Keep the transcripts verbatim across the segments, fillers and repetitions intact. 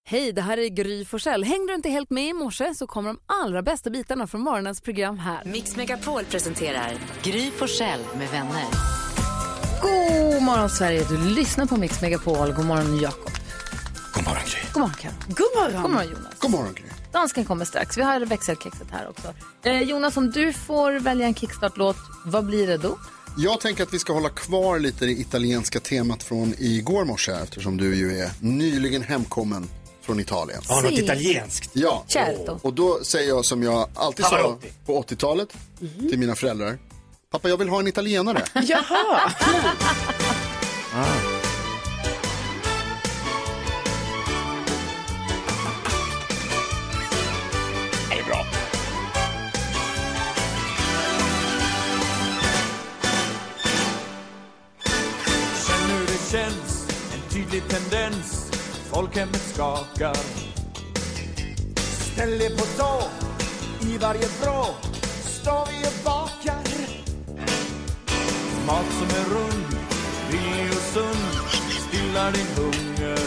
Hej, det här är Gry Forssell. Hängde du inte helt med i morse så kommer de allra bästa bitarna från morgonens program här. Mix Megapol presenterar Gry Forssell med vänner. God morgon Sverige, du lyssnar på Mix Megapol. God morgon Jakob. God morgon Gry. God morgon Karin. God morgon. God morgon Jonas. God morgon Gry. Dansken kommer strax. Vi har växelkexet här också. Eh, Jonas, om du får välja en kickstart-låt, vad blir det då? Jag tänker att vi ska hålla kvar lite det italienska temat från igår morse, eftersom du ju är nyligen hemkommen från Italien. Ja, något italienskt. Ja, Certo. och då säger jag som jag alltid sa på åttiotalet mm-hmm. till mina föräldrar. Pappa, jag vill ha en italienare. Jaha. ah. Det är bra. Känner hur det känns, en tydlig tendens. Folkhemmet skakar. Ställ er på tå, i varje vrå står vi och bakar. Mat som är rund, billig och sund, stillar din hunger.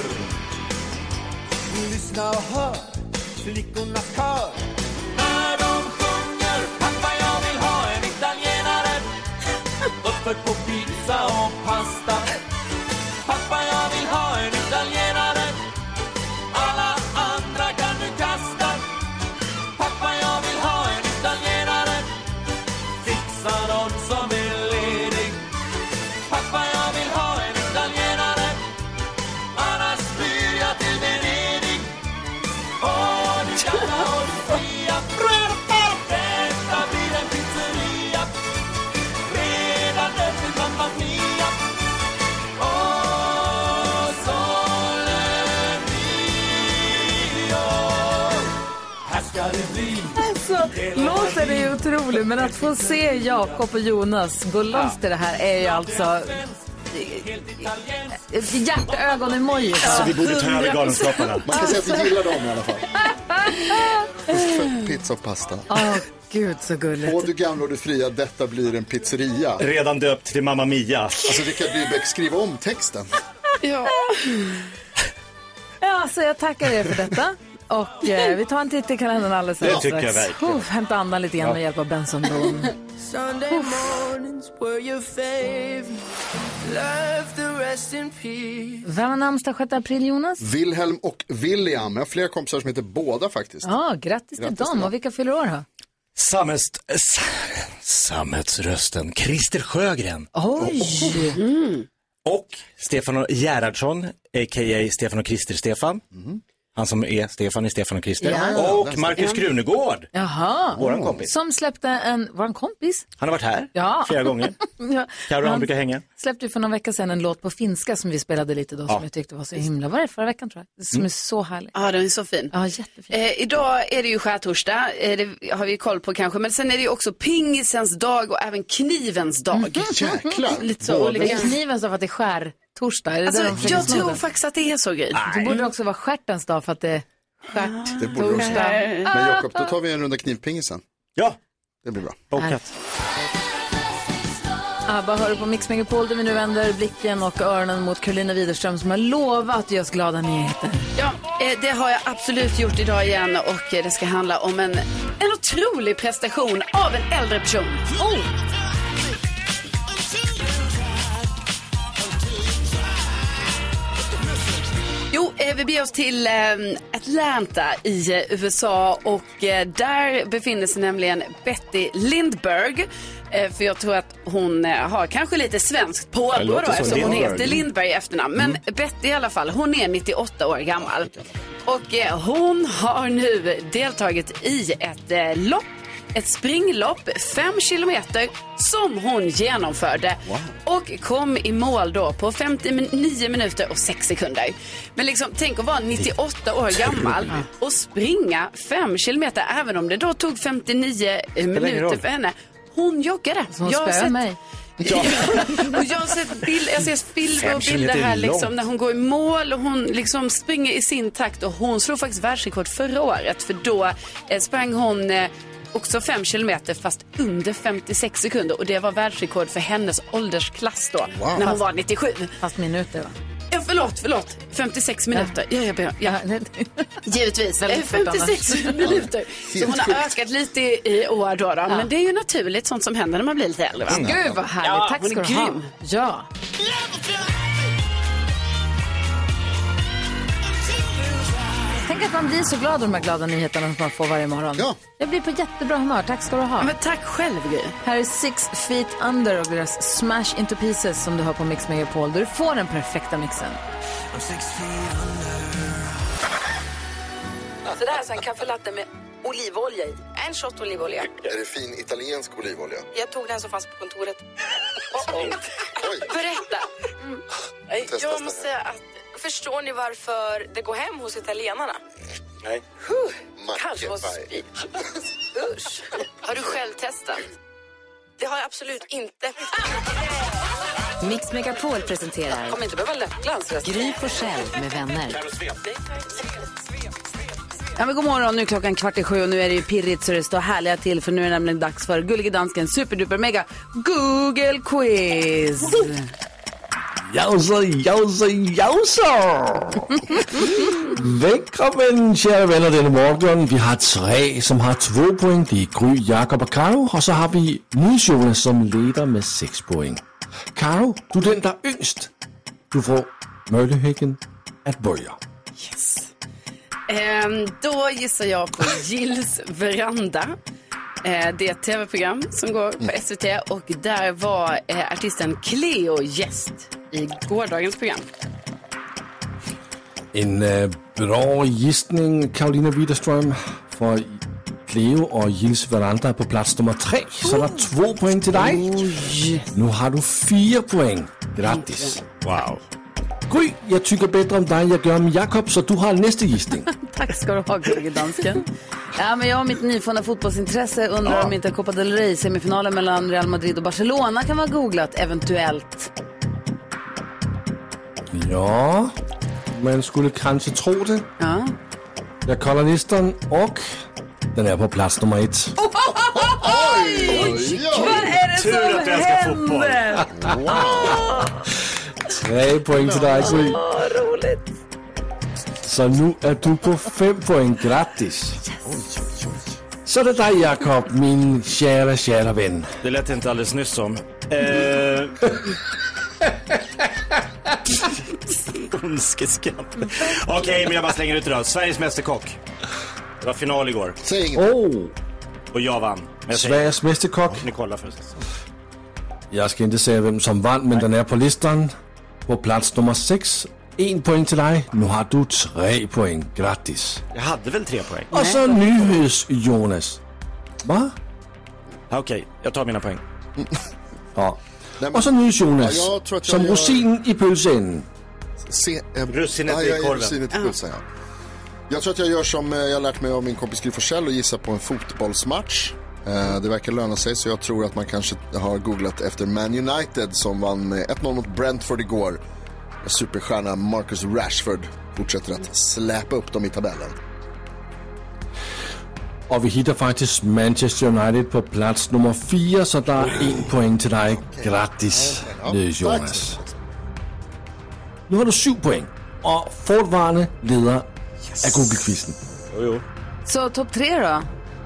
Lyssna och hör, flickornas kör. När de sjunger, pappa jag vill ha en italienare. Uppe på pizza och pasta. Pappa jag vill ha en italienare. Alla andra kan du kasta. Pappa jag vill ha en italienare. Fixa någon som är ledig. Pappa jag vill ha en italienare. Annars flyr jag till Venedig. Åh, du kan ha oss fria. Detta blir en pizzeria. Redan öppet mamma mia. Åh, sole mio. Här ska det bli. Alltså, låten är ju otrolig, men att få se Jakob och Jonas gå loss till det här är ju alltså ett hjärtögon-emoji. Alltså, vi borde ta över Galenskaparna. Man kan säga att vi gillar dem i alla fall. Pizza och pasta. Åh, oh, gud så gulligt. Och du gamla och du fria, detta blir en pizzeria. Redan döpt till Mamma Mia. Alltså, Rickard Dybeck, skriv om texten. Ja. Ja, så jag tackar er för detta. Och eh, vi tar en titt i kalendern alldeles strax. Det tycker jag verkligen. Uff, hämta andan lite grann ja. med hjälp av Bensonbron. Sunday mornings were your fave. Love the rest in peace. Vem har namnsdag sjätte april, Jonas? Wilhelm och William. Jag har flera kompisar som heter båda faktiskt. Ja, grattis, grattis till dem. Och vilka fyller år då? Samhälls... Samhällsrösten Christer Sjögren. Oj! Mm. Och Stefan Gerhardsson, a k a. Stefan och Christer Stefan. Mm. Han som är Stefan i Stefan och Christer. Ja. Och Marcus Krunegård. Jaha. Våran kompis. Som släppte en... Våran kompis? Han har varit här ja. flera gånger. ja. Karo, han brukar hänga. Släppte ju för några veckor sedan en låt på finska som vi spelade lite då. Ja. Som jag tyckte var så himla... Var det förra veckan tror jag? Som mm. är så härlig. Ja, den är så fin. Ja, jättefin. Eh, idag är det ju skärtorsdag. Eh, det har vi koll på kanske. Men sen är det ju också pingisens dag och även knivens dag. Mm. Jäklar. Lite så olika. Knivens dag för att det är skär torsdag. Är det alltså, de jag tror faktiskt att det är så grej. Det borde också vara stjärtens dag för att det är skärt. Det borde också. Men Jakob, då tar vi en runda knivpingisen. Ja. Det blir bra. Bokat. Abba hör på Mix Megapol där vi nu vänder blicken och öronen mot Carolina Widerström som har lovat att ge oss glada nyheter. Ja, det har jag absolut gjort idag igen och det ska handla om en, en otrolig prestation av en äldre person. Oh! Jo, vi beger oss till Atlanta i U S A och där befinner sig nämligen Betty Lindbergh. För jag tror att hon har kanske lite svenskt påbrå då eftersom hon heter Lindbergh i efternamn. Men mm. Betty i alla fall, hon är nittioåtta år gammal. Och hon har nu deltagit i ett lopp. Ett springlopp, fem kilometer, som hon genomförde. Wow. Och kom i mål då på femtionio minuter och sex sekunder. Men liksom, tänk att vara nittioåtta år gammal och springa fem kilometer, även om det då tog femtionio minuter för henne. Hon joggade. Hon jag har sett mig. Ja. Och jag har sett bild, jag ser filmer och bilder här liksom, när hon går i mål och hon liksom springer i sin takt. Och hon slog faktiskt världsrekord förra året, för då eh, sprang hon eh, också fem kilometer fast under femtiosex sekunder. Och det var världsrekord för hennes åldersklass då, wow. när hon var nittiosju. Fast minuter va? Ja, förlåt, förlåt. femtiosex minuter. Ja, ja, ja. ja. Givetvis. femtiosex minuter. Så hon har ökat lite i, i år då. då. Ja. Men det är ju naturligt sånt som händer när man blir lite äldre. Va? Gud vad härligt. Ja, tack ska du ha. Ja. Tänk att man blir så glad av de här glada nyheterna som man får varje morgon. Ja. Jag blir på jättebra humör. Tack ska du ha. Men tack själv, Gry. Här är Six Feet Under och deras Smash Into Pieces som du har på Mix Megapol. Där du får den perfekta mixen. Så det här är en kaffelatte med olivolja i. En shot olivolja. Är det fin italiensk olivolja? Jag tog den så fast på kontoret. Oh, oh. Oj. Berätta. Mm. Testa, jag testa. måste säga att... Förstår ni varför det går hem hos italienarna? Nej. Kanske hos... Usch. Har du själv testat? Det har jag absolut inte. Mix Megapol presenterar Jag kommer inte behöva läppglans. Gry Forssell med vänner. Ja, men god morgon, nu är klockan kvart i sju och nu är det ju pirrigt så det står härliga till för nu är det nämligen dags för Gullige Dansken superduper mega Google Quiz. Jausa, jausa, jausa! Välkommen, kära vänner, denna morgon. Vi har tre som har två poäng. Det är Gry, Jakob och Karo. Och så har vi Jonas som leder med sex poäng. Karo, du är den där yngst. Du får möjligheten att börja. Yes. Ehm, då gissar jag på Gills veranda. Eh, det är ett tv-program som går på S V T och där var eh, artisten Cleo gäst i gårdagens program. En äh, bra gissning, Karolina Widerström. För Cleo och Gills veranda på plats nummer tre. Så det är två poäng till dig. Oj. Nu har du fyra poäng. Grattis. Wow. Gry, jag tycker bättre om dig än jag gör med Jakob, så du har nästa gissning. Tack ska du ha, Gullige Dansken. Ja, men jag och mitt nyfunna fotbollsintresse undrar ja. om inte Copa del Rey semifinalen mellan Real Madrid och Barcelona kan vara googlat eventuellt. Ja, man skulle kanske tro det. Ja. Jag kollar listan och den är på plats nummer ett. Oh, oh, oh, oj! Oj, vad är det Tur som att jag ska händer? Wow. Tre poäng till dig, Gry. Åh, roligt. Så nu är du på fem poäng. Grattis. Yes. Så det är dig, Jakob, min kära, kära vän. Det lät inte alldeles nyss som. Eh... Ondskeskatt. Okej, okay, men jag bara slänger ut det då. Sveriges mästerkock. Det var final igår. Säg inget. Oh. Och jag vann. Men jag Sveriges mästerkock. Ni kollar först. Jag ska inte säga vem som vann, men den är på listan. På plats nummer sex. En poäng till dig. Nu har du tre poäng. Grattis. Jag hade väl tre poäng. Och så nyhets Jonas. Va? Okej, okay, jag tar mina poäng. Ja. Nej, men... Och så nyhets Jonas. Ja, jag tror att jag som gör... rosin i pulsen. Se, äh, russinet ja, i korven. Russinet i pulsen, ja. Jag tror att jag gör som jag har lärt mig av min kompis Gry Forssell och gissa på en fotbollsmatch. Det verkar löna sig, så jag tror att man kanske har googlat efter Man United som vann med ett noll mot Brentford igår. Superstjärna Marcus Rashford fortsätter att släpa upp dem i tabellen. Och vi hittar faktiskt Manchester United på plats nummer fyra, så där är en poäng till dig. Okay. Grattis, okay, ja. Jonas. Nu har du sju poäng och fortfarande leder yes. af Google-quizzen. Jo, jo. Så topp tre då?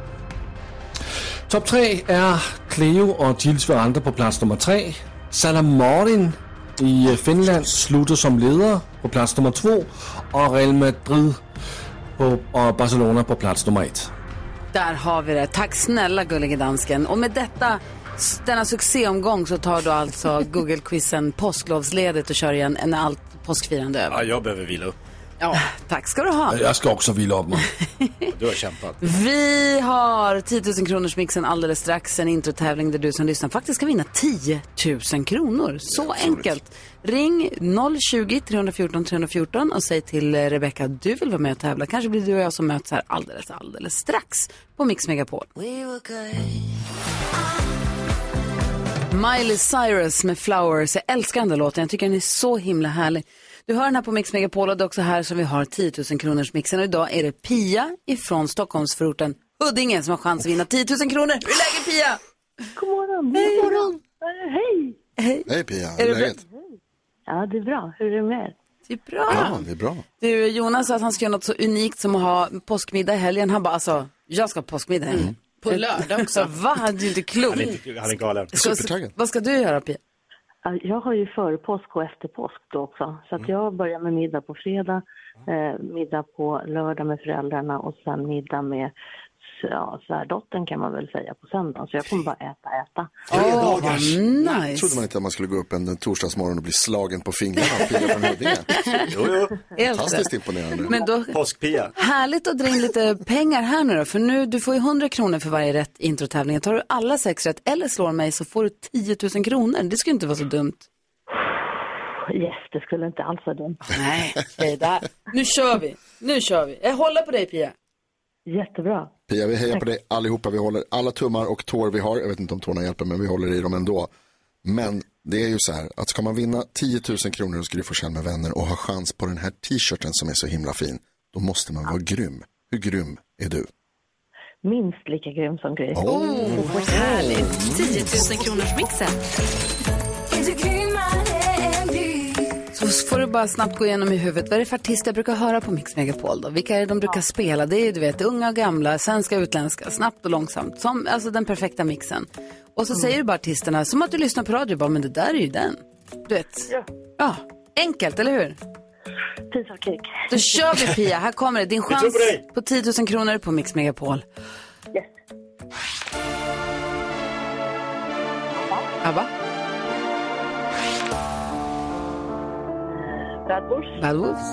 Top tre är Cleo och Gills veranda på plats nummer tre. Salamorin i Finland slutar som ledare på plats nummer två. Och Real Madrid på, och Barcelona på plats nummer ett. Där har vi det. Tack snälla, Gullige Dansken. Och med detta, denna succéomgång, så tar du alltså Google-quizen påsklovsledigt och kör igen när allt påskfirande över. Ja, jag behöver vila upp. Ja, tack ska du ha. Jag ska också vila upp mig. Du har kämpat. Vi har tio tusen kronors mixen alldeles strax. En introtävling där du som lyssnar faktiskt ska vinna tio tusen kronor. Så enkelt. Ring noll tjugo, tre fjorton, tre fjorton och säg till Rebecca att du vill vara med och tävla. Kanske blir du och jag som möts här alldeles, alldeles strax på Mix Megapol. Miley Cyrus med Flowers. Jag älskar den där låten. Jag tycker den är så himla härlig. Du hör den här på Mix Megapol och det är också här som vi har tio tusen kronors mixen. Och idag är det Pia ifrån Stockholmsförorten Huddinge som har chans att vinna tio tusen kronor. Hur är läget, Pia? God morgon. Hej. God morgon. Hej. Hej. Hej Pia, hur är, är det läget? Ja, det är bra. Hur är det med? Det är bra. Ja, det är bra. Du, Jonas sa att han ska göra något så unikt som att ha påskmiddag i helgen. Han bara, alltså, jag ska ha påskmiddag i helgen. Mm. På lördag också. Va? Han är inte klok. Han är, inte, han är galen. Supertaggad. Vad ska du göra, Pia? Jag har ju före påsk och efter påsk då också. Så att jag börjar med middag på fredag, eh, middag på lördag med föräldrarna och sen middag med ja, svärdottern kan man väl säga på söndagen. Så jag kommer bara äta, äta. Åh, oh, nice. Trodde man inte att man skulle gå upp en torsdagsmorgon och bli slagen på fingrarna av Pia från Huddinge. Jo, jo. Fantastiskt imponerande. Men då, Påskpia. härligt att dra in lite pengar här nu då. För nu, du får ju hundra kronor för varje rätt i introtävlingen. Tar du alla sex rätt eller slår mig så får du tio tusen kronor. Det skulle inte vara så dumt. Yes, det skulle inte alls vara dumt. Nej, okej, där. Nu kör vi. Nu kör vi. Jag håller på dig, Pia. Jättebra. Pia, vi hejar på dig allihopa. Vi håller alla tummar och tår vi har. Jag vet inte om tårna hjälper, men vi håller i dem ändå. Men det är ju så här, att ska man vinna tio tusen kronor hos Gry Forssell med vänner och ha chans på den här t-shirten som är så himla fin, då måste man vara grym. Hur grym är du? Minst lika grym som Gry. Åh, oh, vad härligt. tio tusen kronors mixen. Så får du bara snabbt gå igenom i huvudet. Vad är det för artister jag brukar höra på Mix Megapol då? Vilka är det de brukar spela? Det är ju, du vet, unga och gamla, svenska och utländska, snabbt och långsamt. Som, alltså den perfekta mixen. Och så mm. säger du bara artisterna, som att du lyssnar på radio, bara, men det där är ju den. Du vet. Ja. Ja, enkelt, eller hur? Piece of cake. Då kör vi, Pia. Här kommer det. Din chans på tio tusen kronor på Mix Megapol. Yes. Abba? Bad Wolves. Bad Wolves.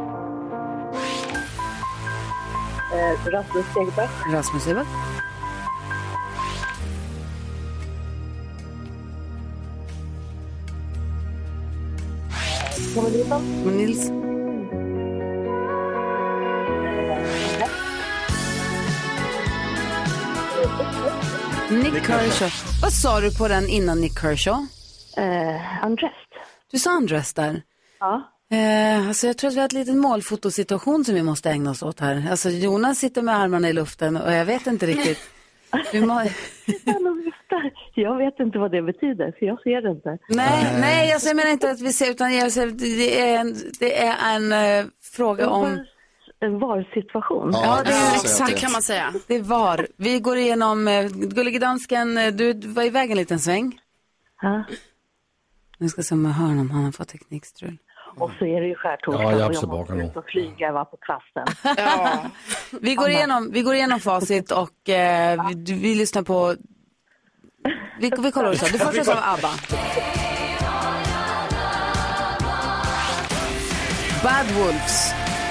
Eh, Rasmus Segeberg. Rasmus Segeberg. Tommy Nilsson. Tommy Nils. Nick Kershaw. Vad sa du på den innan Nick Kershaw? Eh, Undressed. Du sa Undressed där. Ja. Eh, alltså jag tror att vi har ett litet målfotosituation som vi måste ägna oss åt här. Alltså Jonas sitter med armarna i luften och jag vet inte riktigt. Vi må... Jag vet inte vad det betyder, för jag ser det inte. Nej, nej alltså jag menar inte att vi ser, utan jag ser, det är en, det är en uh, fråga om... En var-situation. Ja, ja, det är exakt. Det kan man säga. Det är var. Vi går igenom, uh, Gullige Dansken, uh, du var iväg en liten sväng. Ja. Nu ska se om jag hör om han har fått teknikstrul. Och så är det ju skärtorsdag ja, jag och jag måste ut och flyga va, på kvasten. Ja. Vi, går igenom, vi går igenom facit och eh, vi, vi lyssnar på... Vi, vi kollar vad du sa. Du första sa ABBA. Bad Wolves.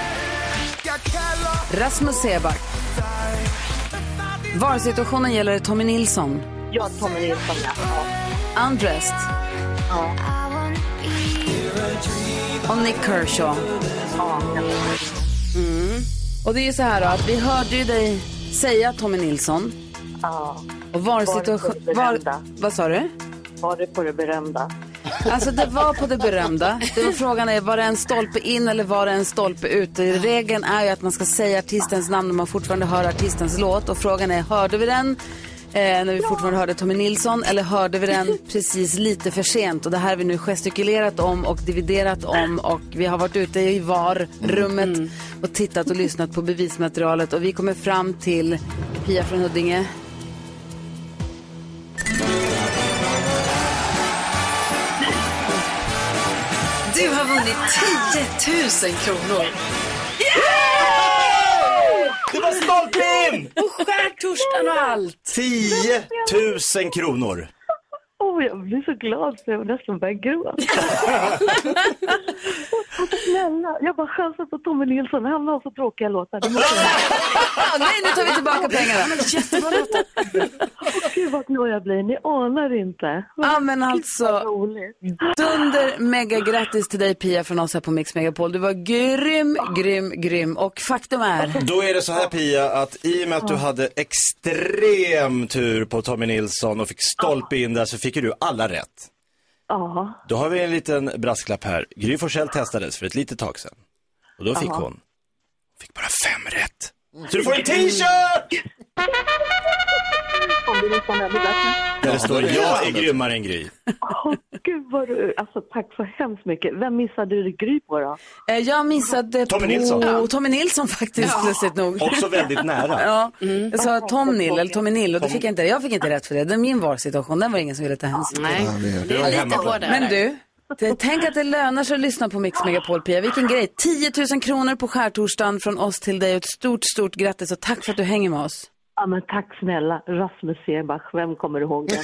Rasmus Seback. Varsituationen gäller Tommy Nilsson. Ja, Tommy Nilsson, ja. Undressed. Ja. Och Nick Kershaw. Ja. Mm. Och det är ju så här då, att vi hörde ju dig säga Tommy Nilsson. Ja. Och var situation... Var... Vad sa du? Var det på det berömda? Alltså det var på det berömda. Det var frågan är, var det en stolpe in eller var det en stolpe ut? Regeln är ju att man ska säga artistens namn när man fortfarande hör artistens låt. Och frågan är, hörde vi den eh, när vi fortfarande hörde Tommy Nilsson? Eller hörde vi den precis lite för sent? Och det här har vi nu gestikulerat om och dividerat om. Och vi har varit ute i var-rummet mm. och tittat och lyssnat på bevismaterialet. Och vi kommer fram till Pia från Huddinge. Du har vunnit tio tusen kronor. Yeah! Det var stolpen! Och skärtorsdagen och allt. tio tusen kronor. Åh, oh, jag blir så glad så jag nästan börjar gråta. Snälla, jag bara chansar på Tommy Nilsson. Han har så tråkiga låtar. Det måste jag... Nej, nu tar vi tillbaka pengarna. Jättebra låtar. Åh, gud vad glad jag blir. Ni anar inte. Ja, men alltså. Dunder, mega grattis till dig Pia från oss här på Mix Megapol. Du var grym, grym, grym. Och faktum är... Då är det så här Pia, att i och med att du hade extrem tur på Tommy Nilsson och fick stolpe in där så fick du alla rätt. Ja. Då har vi en liten brasklapp här. Gry Forssell testades för ett litet tag sedan. Och då fick hon, hon fick bara fem rätt. Så du får en t-shirt! Om du nästan är bättre. Där det står, jag är grymmare än Gry. gud vad du, alltså tack så hemskt mycket. Vem missade du Gry på då? Eh, Jag missade Tommy på Nilsson. Ja. Tommy Nilsson faktiskt, Ja. plötsligt nog. Också väldigt nära. Ja, jag sa Tom Nill eller Tommy Nill och det fick jag inte. Jag fick inte rätt för det. Det är min valsituation, den var ingen som ville ta hänsyn. Nej, det var är hemma lite på. hårdare. Men du, det, tänk att det lönar sig att lyssna på Mix Megapol, Pia. Vilken grej. tio tusen kronor på skärtorsdagen från oss till dig. Ett stort, stort grattis och tack för att du hänger med oss. Ja men tack snälla, Rasmus Serbach, vem kommer du ihåg det?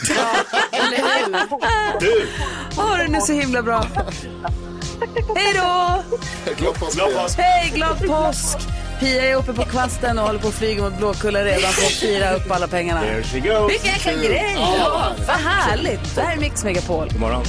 Du! Åh, det är så himla bra. Hej då! Glad påsk. Glad påsk. Hej, glad påsk! Pia är uppe på kvasten och håller på att flyga mot Blåkulla redan för att fira upp alla pengarna. There she goes. Vilken jäkla grej! Ja, vad härligt! Det här är Mix Megapol. God morgon.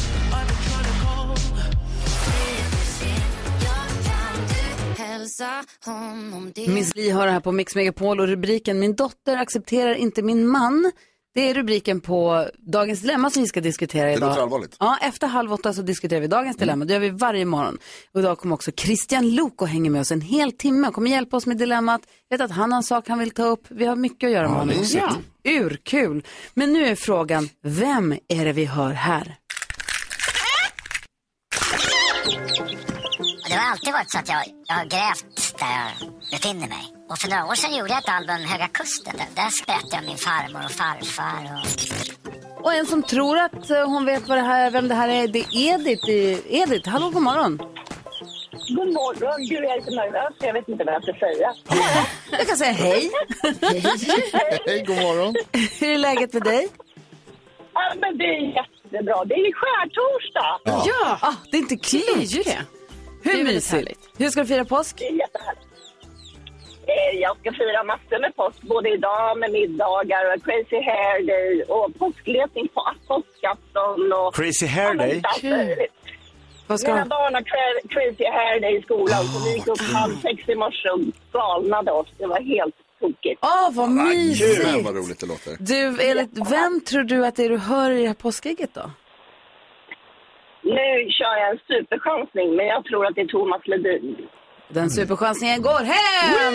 Miss Li har det här på Mix Megapol och rubriken Min dotter accepterar inte min man. Det är rubriken på Dagens Dilemma som vi ska diskutera Det idag. låter allvarligt. Ja, efter halv åtta så diskuterar vi Dagens Dilemma. Det gör vi varje morgon. Och idag kommer också Christian Lok och hänger med oss en hel timme. Han kommer hjälpa oss med dilemmat. Jag vet att han har en sak han vill ta upp. Vi har mycket att göra med honom. Ja, urkul. Men nu är frågan, vem är det vi hör här? Det har alltid varit så att jag, jag har grävt där jag befinner mig. Och för några år sedan gjorde jag ett album, Höga Kusten. Där, där sprätte jag min farmor och farfar. Och... Och en som tror att eh, hon vet vad det här, vem det här är, det är Edith. i- Edith, hallå, god morgon. God morgon, gud jag är så nervös. Jag vet inte vad jag ska säga. Jag kan säga hej. Hej, god morgon. Hur är läget med dig? Ja, men det är jättebra. Det är ju skärtorsdag. Ja. Ja, Ah, det är inte klokt. det är ju det. Hur Det är väldigt mysigt? härligt. Hur ska du fira påsk? Det är jättehärligt. Eh, Jag ska fira massor med påsk, både idag med middagar och crazy hair day och påskletning på påskafton och... Crazy hair day? Vad ska Mina du? barn har cra- crazy hair day i skolan, så vi gick upp halv sex i morse och galnade oss. Det var helt tokigt. Åh, vad mysigt. Men vad roligt det låter. Du, Edith, vem tror du att det är du hör i det här påskägget då? Nu kör jag en superchansning, men jag tror att det är Thomas Ledin. Den superchansningen går hem!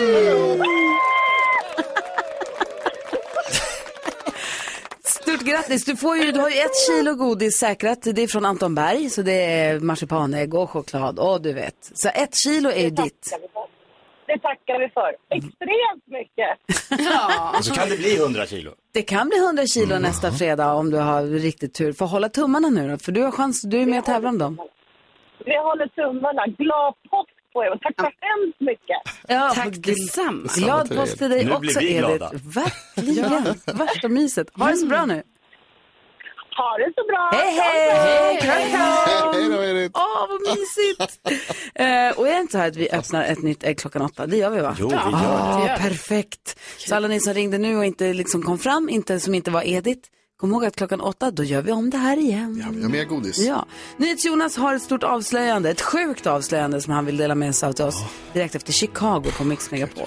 Stort grattis, du, får ju, du har ju ett kilo godis säkrat. Det är från Anton Berg, så det är marsipanägg och choklad. Och du vet, så ett kilo är ju ditt. Det tackar vi för. Extremt mycket. Ja. Och så kan det bli hundra kilo. Det kan bli hundra kilo mm. nästa fredag om du har riktigt tur. Får hålla tummarna nu då, för du har chans, du är med och tävlar om dem. Vi håller tummarna. Glad påsk på er och tack så hemskt mycket. Ja, tack detsamma. Glad påsk till dig nu också, blir vi Edith. glada. Verkligen. Värsta myset. Ha det så bra nu. Ha det så bra. Hej, hej! Hej, hej då, Edith. Åh, vad mysigt! uh, och är det inte så här att vi öppnar ett nytt ägg klockan åtta? Det gör vi, va? Jo, vi gör Ah, det. perfekt. Så alla ni som ringde nu och inte liksom kom fram, inte, som inte var Edith, kom ihåg att klockan åtta, då gör vi om det här igen. Ja, vi har mer godis. Ja. NyhetsJonas har ett stort avslöjande, ett sjukt avslöjande som han vill dela med sig av till oss direkt efter Chicago på Mix Megapol.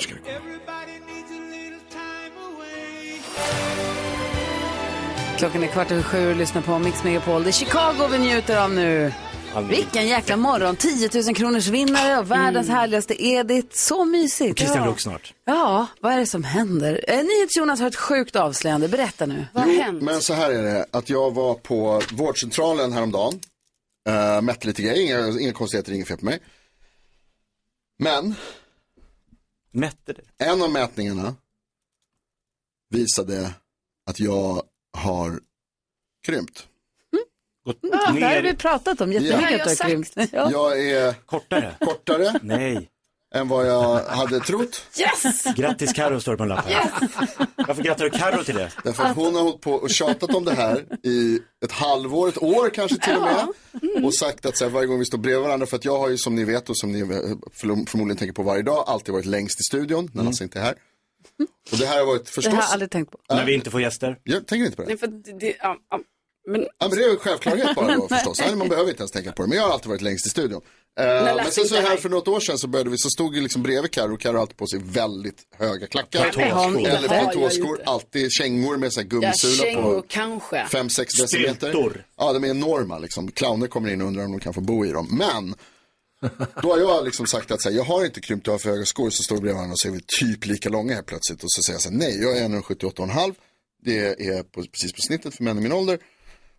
Klockan är kvart över sju och lyssnar på Mix Megapol. Det är Chicago vi njuter av nu. Vilken jäkla morgon. tio tusen kronors vinnare och världens mm. härligaste Edith. Så mysigt. Och Christian ja. Luuk snart. Ja, vad är det som händer? Eh, NyhetsJonas har ett sjukt avslöjande. Berätta nu. Vad har Jo, hänt? men så här är det, att jag var på vårdcentralen häromdagen. Uh, mätte lite grejer, inga, inga konstigheter, inget fel på mig. Men Mätte det? en av mätningarna visade att jag har krympt. Gått Ja, det här har ner vi pratat om jättemycket. Ja, att du har jag krympt. Ja. Jag är kortare? kortare Nej. än vad jag hade trott. Yes! Grattis Karo står det på en lapp här. Yes! Varför grattar du Karo till det? Därför att hon har hållit på och tjatat om det här i ett halvår, ett år kanske till och med. Mm. Och sagt att så här, varje gång vi står bredvid varandra, för att jag har ju som ni vet och som ni förmodligen tänker på varje dag, alltid varit längst i studion när Lasse inte är här. Och det här har varit förstås... Det har jag aldrig tänkt på. När vi inte får gäster? Jag tänker inte på det. Nej, för det, det ja, ja, men... Ja, men det är en självklarhet bara då förstås. Nej, man behöver inte ens tänka på det. Men jag har alltid varit längst i studion. Uh, men sen så här för något år sedan så började vi, så stod ju liksom bredvid Karo. Karo har alltid på sig väldigt höga klackar. Platåskor. Eller platåskor. Alltid kängor med så här gummisula ja, på kanske. fem sex decimeter. Styltor. Ja, de är enorma liksom. Clowner kommer in och undrar om de kan få bo i dem. Men då har jag liksom sagt att så här, jag har inte krympt, jag har för höga skor. Så står vi bredvid varandra och så är vi typ lika långa här plötsligt. Och så säger jag så här, nej, jag är en komma sjuttioåtta och en halv. Det är på, precis på snittet för män i min ålder.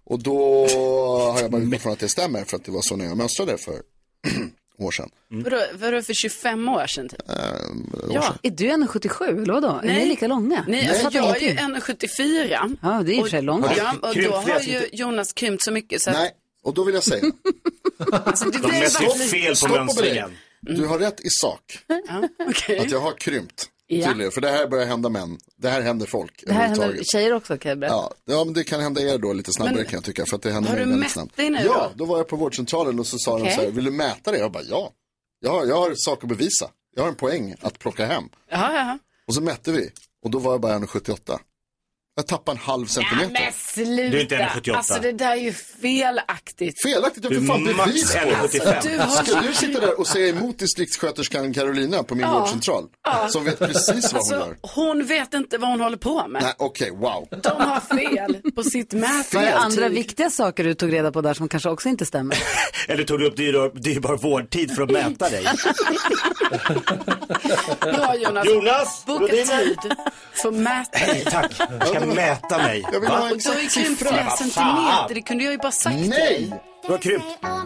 Och då har jag bara utgått från att det stämmer för att det var så när jag mönstrade för år sedan. Mm. Vadå, vadå för tjugofem år sedan typ? Äh, ja. Sedan. Är du en komma sjuttiosju eller vadå? Nej. Är ni lika långa? Nej, alltså, jag, jag är ju en komma sjuttiofyra. Ja, det är i och för sig långt. Ja, och då har ju Jonas krympt så mycket så att... Nej, och då vill jag säga. alltså, det De mäter ju fel på mönstringen. Du har rätt i sak. Ja, okay. Att jag har krympt. Ja. Tydligen, för det här börjar hända män. Det här händer folk. Det här händer tjejer också, kan jag berätta. Ja, ja, men det kan hända er då lite snabbare men, kan jag tycka. För att det händer har du mätt snabbt. dig nu då? Ja, då var jag på vårdcentralen och så sa okay. de så här, vill du mäta det? Jag bara, ja. Jag har, jag har sak att bevisa. Jag har en poäng att plocka hem. Jaha, jaha. Och så mätte vi. Och då var jag bara en komma sjuttioåtta. Jag tappade en halv centimeter. Ja, men sluta. Du är inte en komma sjuttioåtta. Alltså det där är ju felaktigt. Felaktigt? Jag får fan bevis på det. Alltså, du har... Ska du sitta där och säga emot distriktssköterskan Carolina på min ja. vårdcentral? Ja. Som vet precis vad alltså, hon gör. Hon vet inte vad hon håller på med. Nej, okej, okay, wow. De har fel på sitt mätverktyg. Var det andra viktiga saker du tog reda på där som kanske också inte stämmer? Eller tog du upp dyrbar, dyrbar vårdtid för att mäta dig? Bra Jonas. Jonas! Boka tid för att mäta dig. Tack, jag ska mäta mig. Jag vill Va? ha en och så har ju krympt flera centimeter, det kunde jag ju bara sagt Nej! dig. Du har krympt.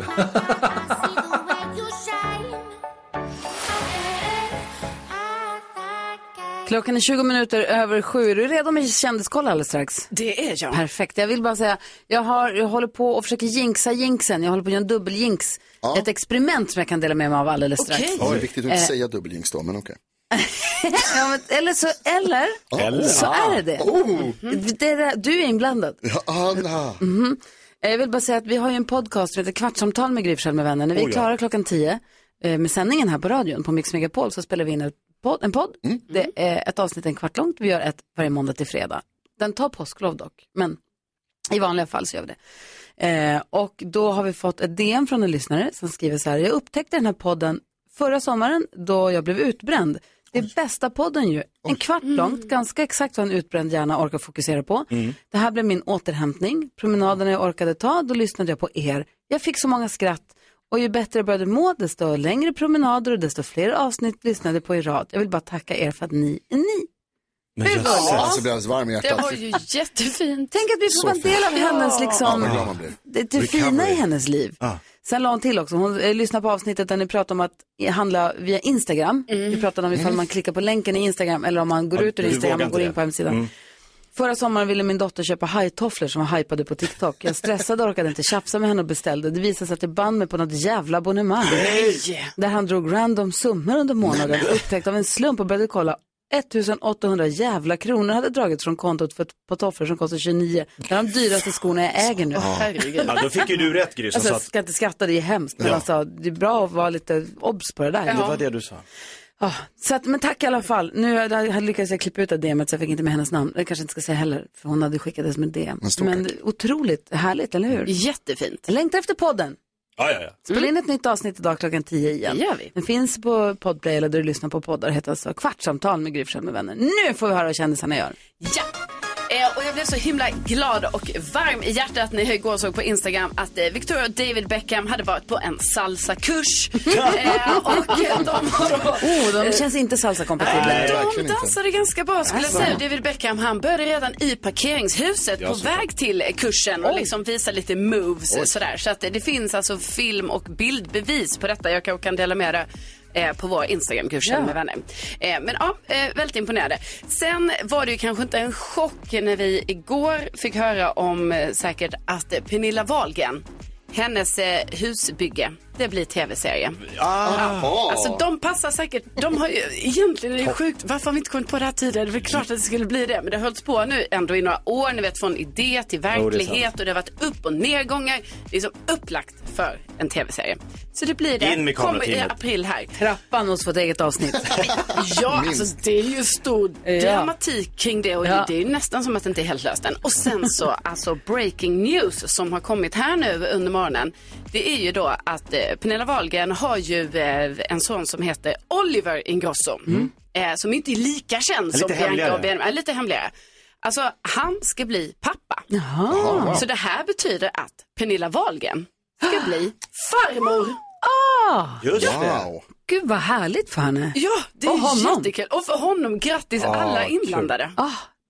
Klockan är tjugo minuter över sju. Är du redo med kändiskoll alldeles strax? Det är jag. Perfekt. Jag vill bara säga, jag, har, jag håller på och försöker jinxa jinxen. Jag håller på att göra en dubbeljinx. Ja. Ett experiment som jag kan dela med mig av alldeles strax. Okay. Ja, det är viktigt att inte eh. säga dubbeljinx då, men okej. Okay. ja, men, eller så, eller, eller. så är det det. Oh. det är det. Du är inblandad. Ja, Anna. Mm-hmm. Jag vill bara säga att vi har ju en podcast som heter Kvartsamtal med Gry Forssell med vänner. När vi är klara oh, ja. klockan tio med sändningen här på radion på Mix Megapol så spelar vi in ett Podd, en podd. Mm. Det är ett avsnitt en kvart långt. Vi gör ett varje måndag till fredag. Den tar påsklov dock. Men i vanliga fall så gör vi det. Eh, och då har vi fått ett D M från en lyssnare som skriver så här. Jag upptäckte den här podden förra sommaren då jag blev utbränd. Det är Oj. bästa podden ju. En kvart långt. Mm. Ganska exakt vad en utbränd hjärna orkar fokusera på. Mm. Det här blev min återhämtning. Promenaderna jag orkade ta. Då lyssnade jag på er. Jag fick så många skratt. Och ju bättre jag började må, desto längre promenader och desto fler avsnitt lyssnade på i rad. Jag vill bara tacka er för att ni är ni. Men jag ja, alltså blir alldeles varm i hjärtat. Det var ju jättefint. Tänk att vi får vara en del av hennes liksom, ja, det, det fina i hennes liv. Ah. Sen la hon till också, hon eh, lyssnade på avsnittet där ni pratar om att handla via Instagram. Mm. Vi pratade om ifall mm. man klickar på länken i Instagram eller om man går ja, ut ur Instagram och går in på hemsidan. Mm. Förra sommaren ville min dotter köpa hajtofflor som var hypade på TikTok. Jag stressade och orkade inte tjafsa med henne och beställde. Det visade sig att det band mig på något jävla abonnemang. Nej. Där han drog random summor under månaden. Upptäckt av en slump och började kolla. ettusenåttahundra jävla kronor hade dragits från kontot för ett par tofflor som kostar tjugonio. Det är de dyraste skorna jag äger nu. Oh. Ja, då fick ju du rätt, Gry. Alltså, jag att... ska inte skratta, det är hemskt. Men ja. alltså, det är bra att vara lite obs på det där. Ja. Det var det du sa. Ja, så att, men tack i alla fall. Nu hade lyckats jag klippa ut det D M:et så jag fick inte med hennes namn. Jag kanske inte ska säga heller, för hon hade skickat det som en D M. Men, men otroligt härligt, eller hur? Jättefint. Jag längtar efter podden. Ja, ja, ja. Spela in mm. ett nytt avsnitt idag klockan tio igen. Det gör vi. Den finns på Podplay eller där du lyssnar på poddar. Det heter alltså Kvartsamtal med Gry Forssell med vänner. Nu får vi höra vad kändisarna gör. Ja! Eh, och jag blev så himla glad och varm i hjärtat när jag igår såg på Instagram att eh, Victoria och David Beckham hade varit på en salsa-kurs. eh, och de har då... Oh, de känns inte salsa-kompatibla. De dansade ganska bra, skulle jag säga. David Beckham, han började redan i parkeringshuset på väg till kursen och liksom visa lite moves. Sådär. Så att det finns alltså film- och bildbevis på detta. Jag kan, kan dela med det på vår Instagram-kursen ja. med vänner. Eh, men ja, eh, väldigt imponerade. Sen var det ju kanske inte en chock när vi igår fick höra om eh, säkert att eh, Pernilla Wahlgren, hennes eh, husbygge, det blir tv-serie. Ah. Ja, alltså de passar säkert, de har ju, egentligen är det sjukt, varför har vi inte kommit på det här tidigare? Det är väl klart att det skulle bli det, men det har hållits på nu ändå i några år, ni vet, från idé till verklighet oh, det och det har varit upp- och nedgångar. Det är som upplagt för en tv-serie. Så det blir det, kommer i april här. Trappan hos vårt eget avsnitt. Ja, alltså det är ju stor dramatik kring det och ja. det är ju nästan som att det inte är helt löst än. Och sen så, alltså breaking news som har kommit här nu under morgonen, det är ju då att eh, Pernilla Wahlgren har ju eh, en son som heter Oliver Ingrosso. Mm. Eh, som inte är lika känd lite som Bianca och Benjamin. Lite hemligare. Alltså, han ska bli pappa. Jaha. Så det här betyder att Pernilla Wahlgren ska bli farmor. Ah, just det. Wow. Gud vad härligt för henne. Ja, det är jättekul. Och för honom, grattis ah, alla inblandade. Ah,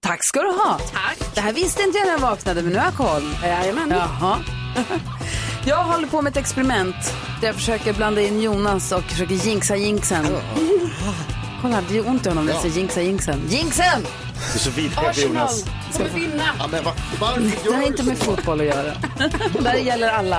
Tack ska du ha. Tack. Det här visste inte jag när jag vaknade, men nu har jag koll. Jajamän. Jaha. Jag håller på med ett experiment där jag försöker blanda in Jonas och försöker jinxa jinxen. Kolla, det är ont i honom när jag säger jinxa jinxen. Jinxen! Du är så vidskeplig, Jonas. Ska vi vinna? Ja, men var, varför Det gör har du inte så? med fotboll att göra. Det här gäller alla.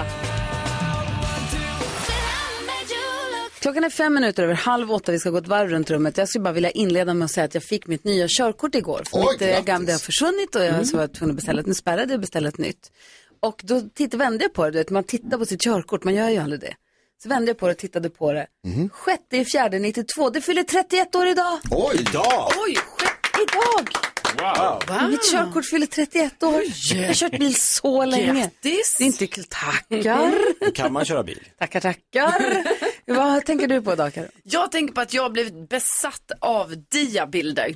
Klockan är fem minuter över halv åtta. Vi ska gå ett varv runt rummet. Jag skulle bara vilja inleda med att säga att jag fick mitt nya körkort igår. För Oj, mitt eh, grattis. gamla har försvunnit och jag mm. så var tvungen att beställa ett. Nu spärrade jag och beställa ett nytt. Och då tittade, vände jag på det. Du vet, man tittar på sitt körkort, man gör ju aldrig det. Så vände jag på det och tittade på det. Mm. Sjätte i fjärde nittiotvå. Det fyller trettioett år idag. Oj, idag! Oj, sjätte idag! Wow. wow. Mitt körkort fyller trettioett år. Jag har kört bil så länge. Grattis. Det är inte kul. Tackar. Kan man köra bil? Tackar, tackar. Vad tänker du på idag, Karo? Jag tänker på att jag har blivit besatt av diabilder.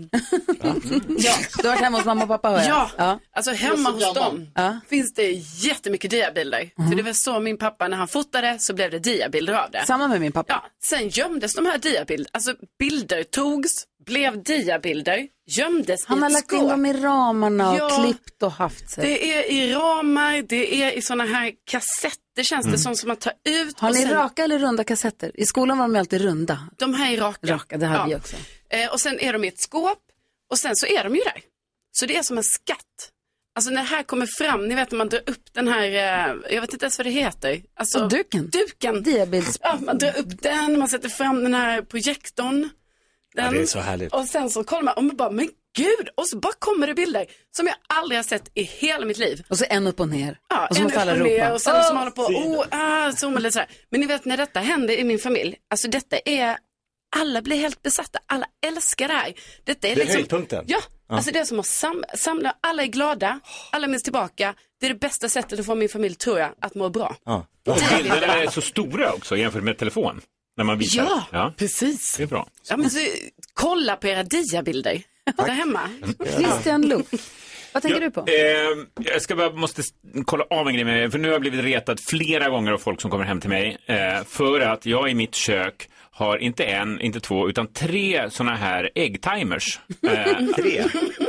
Mm. Ja. Du har varit hemma hos mamma och pappa, hör jag. Ja, ja. alltså hemma hos dem ja. finns det jättemycket diabilder. Mm. För det var så min pappa, när han fotade så blev det diabilder av det. Samma med min pappa. Ja, sen gömdes de här diabilder. Alltså bilder togs, blev diabilder, gömdes han i har ett lagt skåp. in dem i ramarna och ja, klippt och haft sig. Det är i ramar, det är i såna här kassetter, känns mm. det som som man tar ut. Har och ni sen... raka eller runda kassetter? I skolan var de alltid runda. De här är raka. Raka, det hade ja. vi också. Eh, och sen är de i ett skåp och sen så är de ju där. Så det är som en skatt. Alltså när det här kommer fram, ni vet när man drar upp den här, eh, jag vet inte ens vad det heter. Alltså, duken. Duken. Diabilds. Ja, man drar upp den, man sätter fram den här projektorn. Den, ja, det är så härligt. Och sen så kollar man och man bara, men gud, och så bara kommer det bilder som jag aldrig har sett i hela mitt liv. Och så en upp och ner. Ja, och så en måste upp alla och ropa. ner och sen oh, så man håller på, oh, ah, så man lite så här. Men ni vet när detta händer i min familj, alltså detta är, alla blir helt besatta, alla älskar det här. Detta är, det är liksom, höjdpunkten. Ja, ja, alltså det är som att sam- samla, alla är glada, alla minns tillbaka. Det är det bästa sättet att få min familj, tror jag, att må bra. Ja. Och bilderna är så stora också jämfört med telefon. När man visar. Ja, ja, precis. Det är bra. Ja, men så, kolla på era diabilder där hemma. Christian Luuk, vad tänker ja, du på? Eh, jag ska bara, måste kolla av en grej med mig, för nu har jag blivit retad flera gånger av folk som kommer hem till mig. Eh, för att jag i mitt kök har inte en, inte två, utan tre såna här äggtimers. Eh, tre.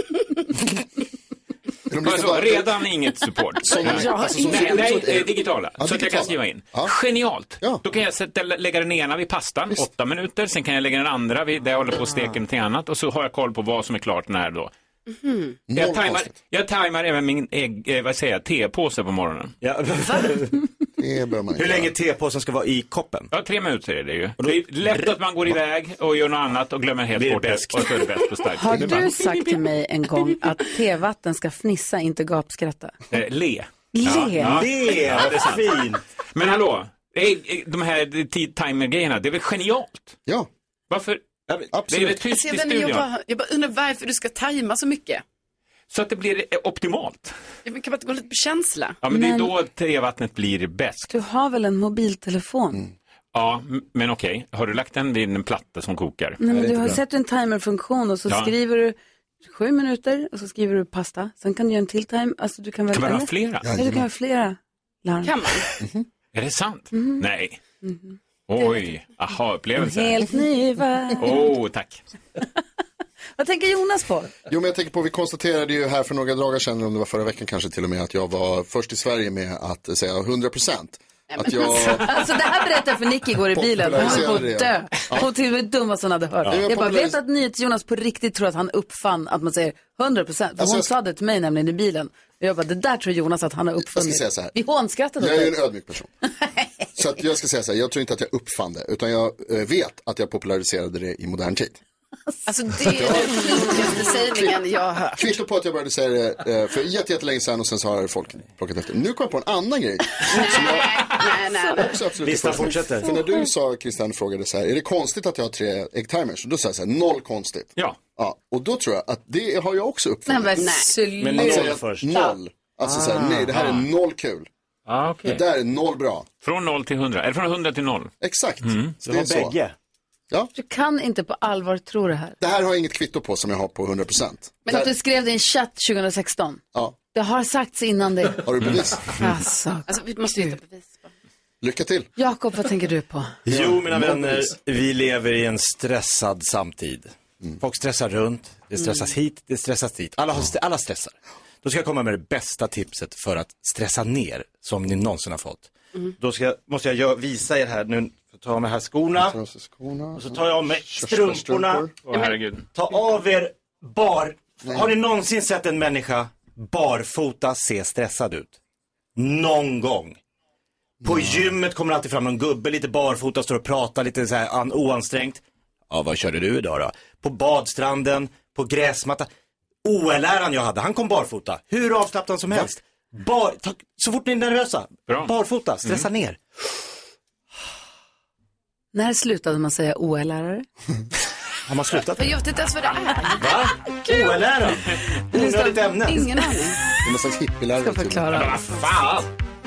Alltså, redan inget support. Som, ja, alltså, som, nej, som, nej som, eh, digitala. Ja, så att jag kan skriva in. Ja. Genialt. Ja. Då kan jag sätta, lägga den ena vid pastan, Visst. åtta minuter. Sen kan jag lägga den andra vid, där jag håller på att steka någonting annat. Och så har jag koll på vad som är klart när då. Mm. Jag, tajmar, jag tajmar även min ägg, eh, vad säger jag, tepåse på morgonen. Ja. Hur länge tepåsen ska vara i koppen? Ja, tre minuter är det ju. Då, det är lätt att man går iväg och gör något annat och glömmer helt bort det. Och så är det bäst och starkt. Har du sagt till mig en gång att tevatten ska fnissa, inte gapskratta? Eh, le. Le? Ja, ja. Le, ja, det är fint. Men hallå, de här timer-grejerna, det är väl genialt? Ja. Varför? Absolut. Det är väl tyst alltså, i studion. Jag bara, jag bara undrar varför du ska tajma så mycket. Så att det blir optimalt. Ja, men kan man inte gå lite på känsla? Ja, men, men... det är då tevattnet blir bäst. Du har väl en mobiltelefon? Mm. Ja, men okej. Har du lagt den vid en platta som kokar? Nej, men du har sett en timerfunktion och så ja. skriver du sju minuter och så skriver du pasta. Sen kan du göra en till time. Alltså, du kan väl, kan man ha flera? Ja, du kan ha flera larm. Kan man? Mm-hmm. Är det sant? Mm-hmm. Nej. Mm-hmm. Oj, aha, upplevelse. Helt ny värld. Åh, oh, tack. Vad tänker Jonas på? Jo, men jag tänker på, vi konstaterade ju här för några dagar sedan, om det var förra veckan kanske till och med, att jag var först i Sverige med att säga hundra procent. Att jag... Alltså det här berättade jag för Nick igår i bilen. Han höll på att dö. Hon till och med dumma hon hade hört. Ja. Jag bara vet att NyhetsJonas på riktigt tror att han uppfann att man säger hundra procent. För alltså, hon jag... sa det till mig nämligen i bilen. Och jag bara, det där tror Jonas att han har uppfunnit. Jag ska säga så här. Vi hånskrattade. Jag är en ödmjuk person. Så att jag ska säga så här, jag tror inte att jag uppfann det. Utan jag vet att jag populariserade det i modern tid. Alltså det är den flikigaste sägningen jag har hört. Kvitto på att jag började säga det för jättelänge sedan och sen så har folk plockat efter. Nu kom jag på en annan grej. Nej, jag nej, nej. Också absolut Listan fortsätter. För när du sa, Christian, frågade så här, är det konstigt att jag har tre äggtimers? Och då sa jag så här, noll konstigt. Ja. Ja. Och då tror jag att det har jag också uppfunnit. Nej, men men noll först. Noll. Alltså ah. så här, nej, det här är noll kul. Ah, okay. Det där är noll bra. Från noll till hundra, eller från hundra till noll. Exakt. Mm. Så det är så. Bägge. Ja. Du kan inte på allvar tro det här. Det här har jag inget kvitto på som jag har på hundra procent. Men att du skrev det i en chatt tjugo sexton. Ja. Det har sagts innan det. Har du bevis? Mm. Alltså. Alltså vi måste ju hitta bevis. Lycka till. Jakob, vad tänker du på? Jo, mina vänner, vi lever i en stressad samtid. Mm. Folk stressar runt, det stressas mm. hit, det stressas dit. Alla, har, alla stressar. Då ska jag komma med det bästa tipset för att stressa ner som ni någonsin har fått. Mm. Då ska, måste jag gör, visa er här nu. Ta av mig här skorna. skorna. Och så tar jag av mig strumporna. Åh, herregud. Ta av er bar. Nej. Har ni någonsin sett en människa barfota se stressad ut? Någon gång. På mm. gymmet kommer alltid fram någon gubbe lite barfota, står och pratar lite så här an, oansträngt. Ja, vad körde du idag då? På badstranden, på gräsmatta. O L-läraren jag hade, han kom barfota. Hur avslappnad som helst. Bar, ta, så fort ni är nervösa. Bra. Barfota, stressa mm. ner. När slutade man säga O L-lärare? Har man slutat? Jag vet inte ens vad det är. Va? O L-läraren? Onödigt ämne. Ingen aning. Det är någon slags hippie-lärare. Ska förklara. Men vad fan?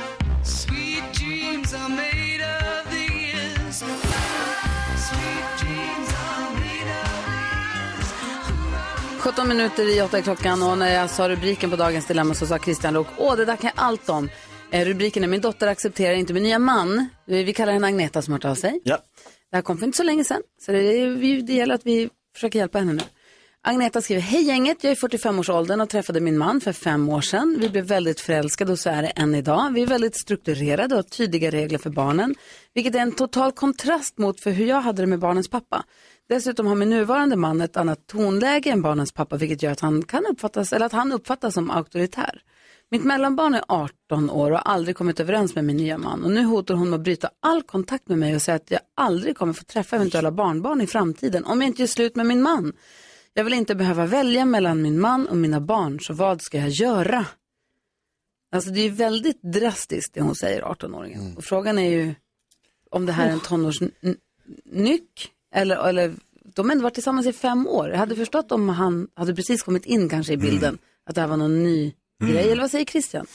sjutton minuter i åtta klockan och när jag sa rubriken på dagens dilemma så sa Christian Lok, åh det där kan jag allt om. Eh, rubriken är min dotter accepterar inte min nya man. Vi, vi kallar henne Agneta som har tagit av sig. Ja. Det här kom för inte så länge sedan. Så det, vi, det gäller att vi försöker hjälpa henne nu. Agneta skriver, hej gänget, jag är fyrtiofem års åldern och träffade min man för fem år sedan. Vi blev väldigt förälskade och så är det än idag. Vi är väldigt strukturerade och har tydliga regler för barnen. Vilket är en total kontrast mot för hur jag hade det med barnens pappa. Dessutom har min nuvarande man ett annat tonläge än barnens pappa, vilket gör att han kan uppfattas, eller att han uppfattas som auktoritär. Mitt mellanbarn är arton år och har aldrig kommit överens med min nya man. Och nu hotar hon med att bryta all kontakt med mig och säga att jag aldrig kommer få träffa eventuella barnbarn i framtiden om jag inte gör slut med min man. Jag vill inte behöva välja mellan min man och mina barn, så vad ska jag göra? Alltså det är väldigt drastiskt det hon säger, arton-åringen. Mm. Och frågan är ju om det här är en tonårsnyck. Eller, eller de har ändå varit tillsammans i fem år. Jag hade förstått om han hade precis kommit in kanske i bilden. Mm. Att det här var någon ny mm. grej. Eller vad säger Christian?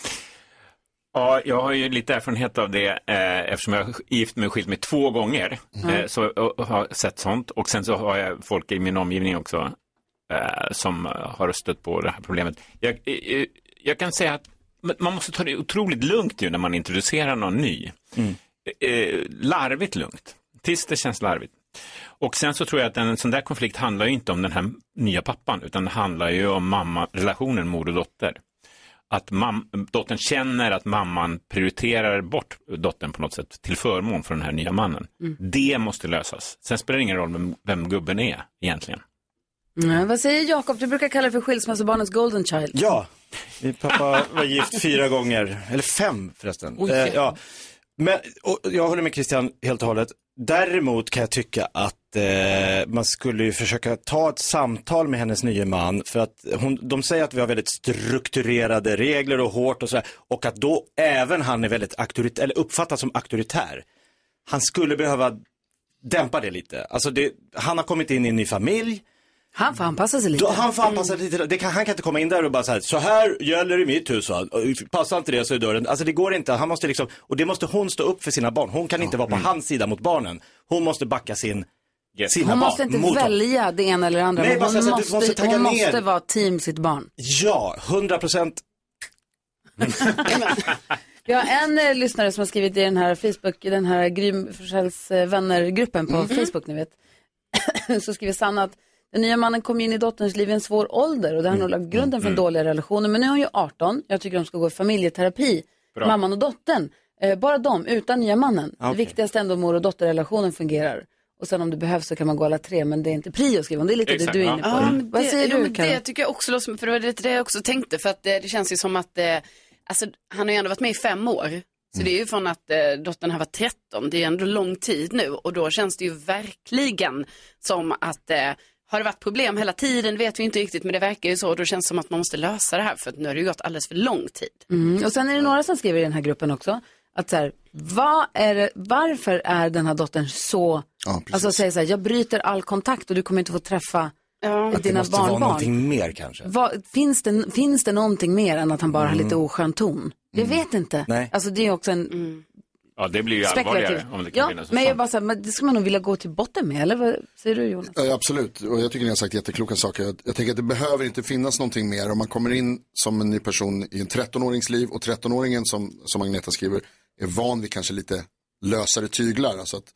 Ja, jag har ju lite erfarenhet av det eh, eftersom jag har gift mig och skilt mig två gånger. Mm. Eh, så jag har sett sånt. Och sen så har jag folk i min omgivning också eh, som har stött på det här problemet. Jag, eh, jag kan säga att man måste ta det otroligt lugnt ju när man introducerar någon ny. Mm. Eh, larvigt lugnt. Tills det känns larvigt. Och sen så tror jag att en sån där konflikt handlar ju inte om den här nya pappan, utan det handlar ju om mamma, relationen mor och dotter. Att mam- dottern känner att mamman prioriterar bort dottern på något sätt till förmån för den här nya mannen. Mm. Det måste lösas. Sen spelar det ingen roll vem, vem gubben är egentligen. Mm, vad säger Jakob? Du brukar kalla det för skilsmässobarnets golden child. Ja, min pappa var gift fyra gånger, eller fem förresten. Oj, eh, ja. Men och jag håller med Christian helt och hållet. Däremot kan jag tycka att eh, man skulle ju försöka ta ett samtal med hennes nya man. För att hon, de säger att vi har väldigt strukturerade regler och hårt och sådär. Och att då även han är väldigt auktoritär, eller uppfattas som auktoritär. Han skulle behöva dämpa det lite. Alltså det, han har kommit in i en ny familj. Han får anpassa sig lite. Då, han får anpassa sig lite. Det kan, han kan inte komma in där och bara så här, så här gäller i mitt hus. Va? Passar inte det så är dörren. Alltså det går inte. Han måste liksom, och det måste hon stå upp för sina barn. Hon kan inte vara på mm. hans sida mot barnen. Hon måste backa sin, yes. sina hon barn. Måste inte välja det ena eller det andra. Nej, hon måste, måste, måste, hon måste vara team sitt barn. Ja, hundra procent. Vi har en eh, lyssnare som har skrivit i den här Facebook, den här Gry Forssells eh, vännergruppen på mm. Facebook, ni vet. Så skriver Sanna att den nya mannen kom in i dotterns liv i en svår ålder och det har nog lagt grunden för en dåliga relationer. Men nu är hon ju arton. Jag tycker de ska gå i familjeterapi. Bra. Mamman och dottern. Eh, bara de, utan nya mannen. Okay. Det viktigaste ändå mor- och dotterrelationen fungerar. Och sen om det behövs så kan man gå alla tre. Men det är inte prio, skriver hon. Det är lite Exakt, det du är inne på. Ja. Vad säger det, du, jo, det tycker jag också låter, för det var det, det jag också tänkte. För att det, det känns ju som att eh, alltså, han har ju ändå varit med i fem år. Så mm. det är ju från att eh, dottern har varit tretton. Det är ändå lång tid nu. Och då känns det ju verkligen som att... Eh, har det varit problem hela tiden vet vi inte riktigt, men det verkar ju så. Och då känns det som att man måste lösa det här, för att nu har det ju gått alldeles för lång tid. Mm. Och sen är det några som skriver i den här gruppen också att så här, vad är det, varför är den här dottern så, ja, alltså säger så här, jag bryter all kontakt och du kommer inte få träffa ja. dina barnbarn. Det måste barn, vara någonting mer kanske. Vad, finns, det, finns det någonting mer än att han bara mm. har lite oskön ton? Jag mm. vet inte. Nej. Alltså det är också en... Mm. Ja, det blir ju allvarligare om det kan ja, finnas. Men jag bara så här, det ska man nog vilja gå till botten med, eller vad säger du, Jonas? Ja, absolut, och jag tycker ni har sagt jättekloka saker. Jag, jag tänker att det behöver inte finnas någonting mer. Om man kommer in som en ny person i en tretton-årings liv och tretton-åringen som, som Agneta skriver är van vid kanske lite lösare tyglar. Alltså att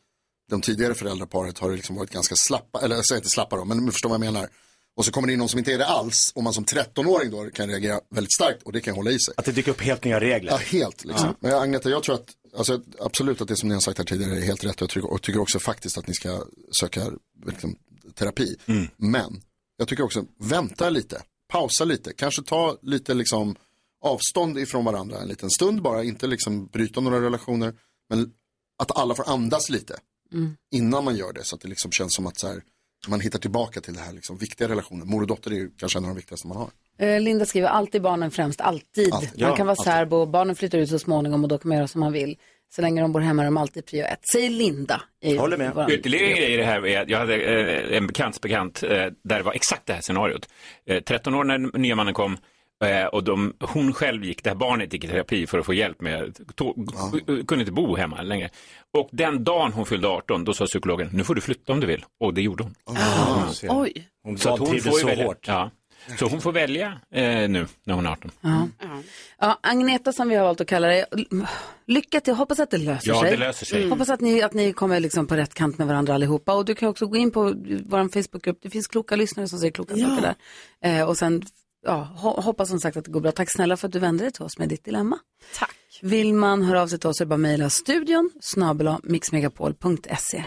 de tidigare föräldraparet har liksom varit ganska slappa, eller jag säger inte slappa då, men förstår vad jag menar. Och så kommer det in någon som inte är det alls, och man som trettonåring då kan reagera väldigt starkt, och det kan hålla i sig. Att det dyker upp helt nya regler. Ja, helt liksom. Ja. Men Agneta, jag tror att, alltså, absolut att det som ni har sagt här tidigare är helt rätt, och jag tycker, och tycker också faktiskt att ni ska söka liksom, terapi. Mm. Men jag tycker också, vänta lite, pausa lite, kanske ta lite liksom avstånd ifrån varandra en liten stund bara, inte liksom bryta några relationer, men att alla får andas lite mm. innan man gör det, så att det liksom känns som att så här, man hittar tillbaka till det här liksom, viktiga relationer. Mor och dotter är ju kanske en av de viktigaste man har. Eh, Linda skriver, alltid barnen främst, alltid. alltid. Man ja, kan vara alltid. Särbo, barnen flyttar ut så småningom och då kan man göra som man vill. Så länge de bor hemma är de alltid prio ett. Säger Linda. Jag håller med. Ytterligare en grej i det här är att jag hade eh, en bekants bekant eh, där det var exakt det här scenariot. Eh, tretton år när nya mannen kom eh, och de, hon själv gick, det här barnet gick i terapi för att få hjälp med, to, ja. kunde inte bo hemma längre. Och den dagen hon fyllde arton, då sa psykologen, nu får du flytta om du vill. Och det gjorde hon. Ah. Ah. Oj. Hon så att hon får så välja. Hårt. Ja. Så hon får välja eh, nu när hon är arton. Ja. Ja, Agneta som vi har valt att kalla det, lycka till, hoppas att det löser ja, sig. Ja, det löser sig. Mm. Hoppas att ni, att ni kommer liksom på rätt kant med varandra allihopa. Och du kan också gå in på vår Facebookgrupp, det finns kloka lyssnare som säger kloka ja. saker där. Eh, och sen, ja, hoppas som sagt att det går bra. Tack snälla för att du vände dig till oss med ditt dilemma. Tack. Vill man höra av sig till oss så är det bara mejla studion snabel-a mixmegapol punkt se.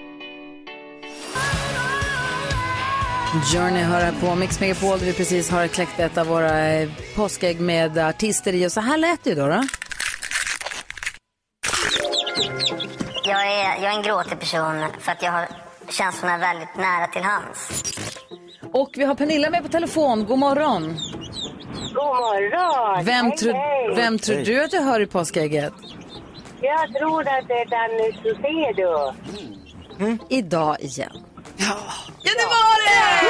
Journey hör på Mix Megapol där vi precis har kläckt ett av våra eh, påskägg med artister i. Och så här lät det ju då, då. Jag är, jag är en gråtig person för att jag har känslorna väldigt nära till hands. Och vi har Pernilla med på telefon. God morgon. God morgon. Vem, hej, tro, hej. vem tror du att du hör i påskägget? Jag tror att det är Danny Saucedo. Mm. Idag igen. Ja, ja det var det!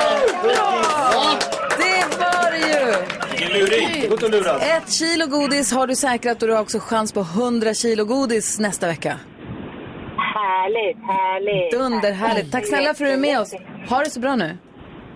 Ja! Det var det ju! Vilken luring, gott att lura. Ett kilo godis har du säkrat och du har också chans på hundra kilo godis nästa vecka. Härligt, härligt. Dunder, härligt. Tack snälla för att du är med oss. Ha det så bra nu.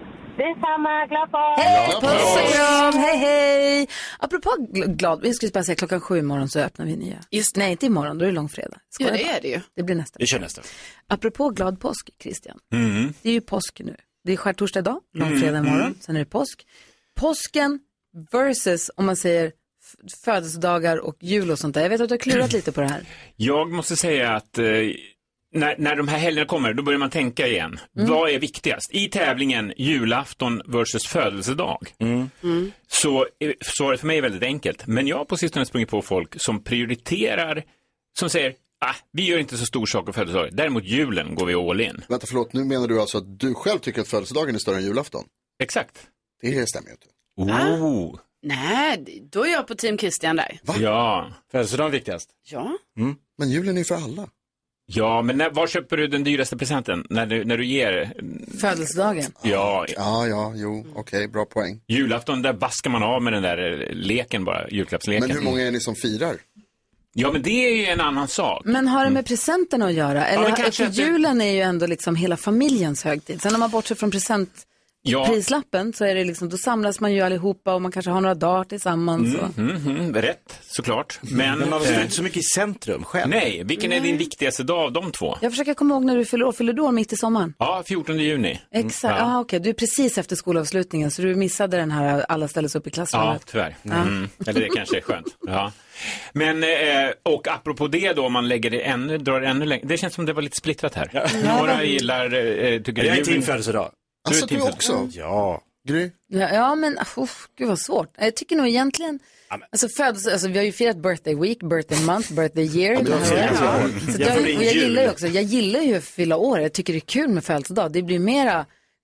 Detsamma, klappa. Hej, puss och kram, hej hej. Apropå glad, vi skulle bara säga klockan sju imorgon så öppnar vi nya. Just Nej, inte imorgon, då är det långfredag. Ja, det är det ju. Det blir nästa. Vi kör nästa. Apropå glad påsk, Christian. Mm. Det är ju påsk nu. Det är skärtorsdag idag, långfredag imorgon, mm. sen är det påsk. Påsken versus, om man säger f- födelsedagar och jul och sånt där. Jag vet att du har klurat lite på det här. Jag måste säga att... Eh... När, när de här helgerna kommer, då börjar man tänka igen. Mm. Vad är viktigast? I tävlingen julafton versus födelsedag. Mm. Mm. Så svaret för mig är väldigt enkelt. Men jag har på sistone sprungit på folk som prioriterar, som säger, ah, vi gör inte så stor sak av födelsedagen. Däremot julen går vi all in. Vänta, förlåt, nu menar du alltså att du själv tycker att födelsedagen är större än julafton? Exakt. Det stämmer ju inte. Oh. Ah. Nej, då är jag på team Christian där. Va? Ja. Födelsedagen viktigast. Ja. Mm. Men julen är ju för alla. Ja, men när, var köper du den dyraste presenten? När du, när du ger... Födelsedagen? Ja. Ja, ja, jo, okej, okay, bra poäng. Julafton, där vaskar man av med den där leken bara, julklappsleken. Men hur många är ni som firar? Ja, men det är ju en annan sak. Men har det med presenten att göra? Eller, ja, för julen är ju ändå liksom hela familjens högtid. Sen om man bortser från present... Ja. Prislappen så är det liksom, då samlas man ju allihopa och man kanske har några dagar tillsammans. Mm, mm, mm, rätt, såklart. Men, Men man står inte så mycket i centrum själv. Nej, vilken nej. är din viktigaste dag av de två? Jag försöker komma ihåg när du fyller år. Fyller du år mitt i sommaren? Ja, fjortonde juni. Exakt, ja. ah, okej. Okay. Du är precis efter skolavslutningen så du missade den här alla ställs upp i klassrummet. Ja, tyvärr. Mm. Ja. Eller det kanske är skönt. Ja. Men, eh, och apropå det då, om man lägger det ännu, drar det ännu längre. Det känns som det var lite splittrat här. Ja. Några gillar, eh, tycker jag är till födelsedag. Alltså du också? Ja. Gry? Ja, ja men oh, gud vad svårt. Jag tycker nog egentligen Amen. Alltså födelse, alltså vi har ju firat birthday week, birthday month, birthday year. Ja, det ja. Så jag, jag, jag gillar ju också, jag gillar ju att fylla år. Jag tycker det är kul med födelsedag. Det blir mera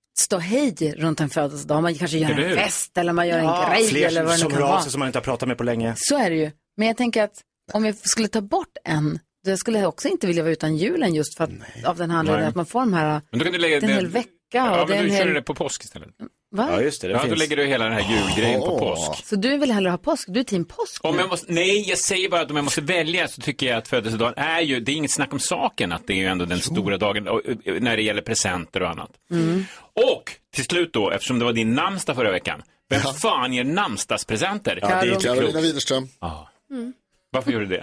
ståhej runt en födelsedag. Man kanske gör en fest eller man gör ja, en grej fler eller vad det som kan vara. som man inte har pratat med på länge. Så är det ju. Men jag tänker att om jag skulle ta bort en, då skulle jag också inte vilja vara utan julen just för att, av den här anledningen att man får de här, men då kan du lägga en hel vecka. Ja, och men det du hel... kör det på påsk istället. Va? Ja, just det. det ja, finns. då lägger du hela den här julgrejen oh. på påsk. Så du vill hellre ha påsk? Du är team påsk? Om jag måste, nej, jag säger bara att om jag måste välja så tycker jag att födelsedagen är ju, det är inget snack om saken att det är ju ändå den jo. stora dagen när det gäller presenter och annat. Mm. Och till slut då, eftersom det var din namnsdag förra veckan, vem ja. fan ger namnsdagspresenter? Ja, det är Karolina Widerström. Ja. Mm. Varför gör du det?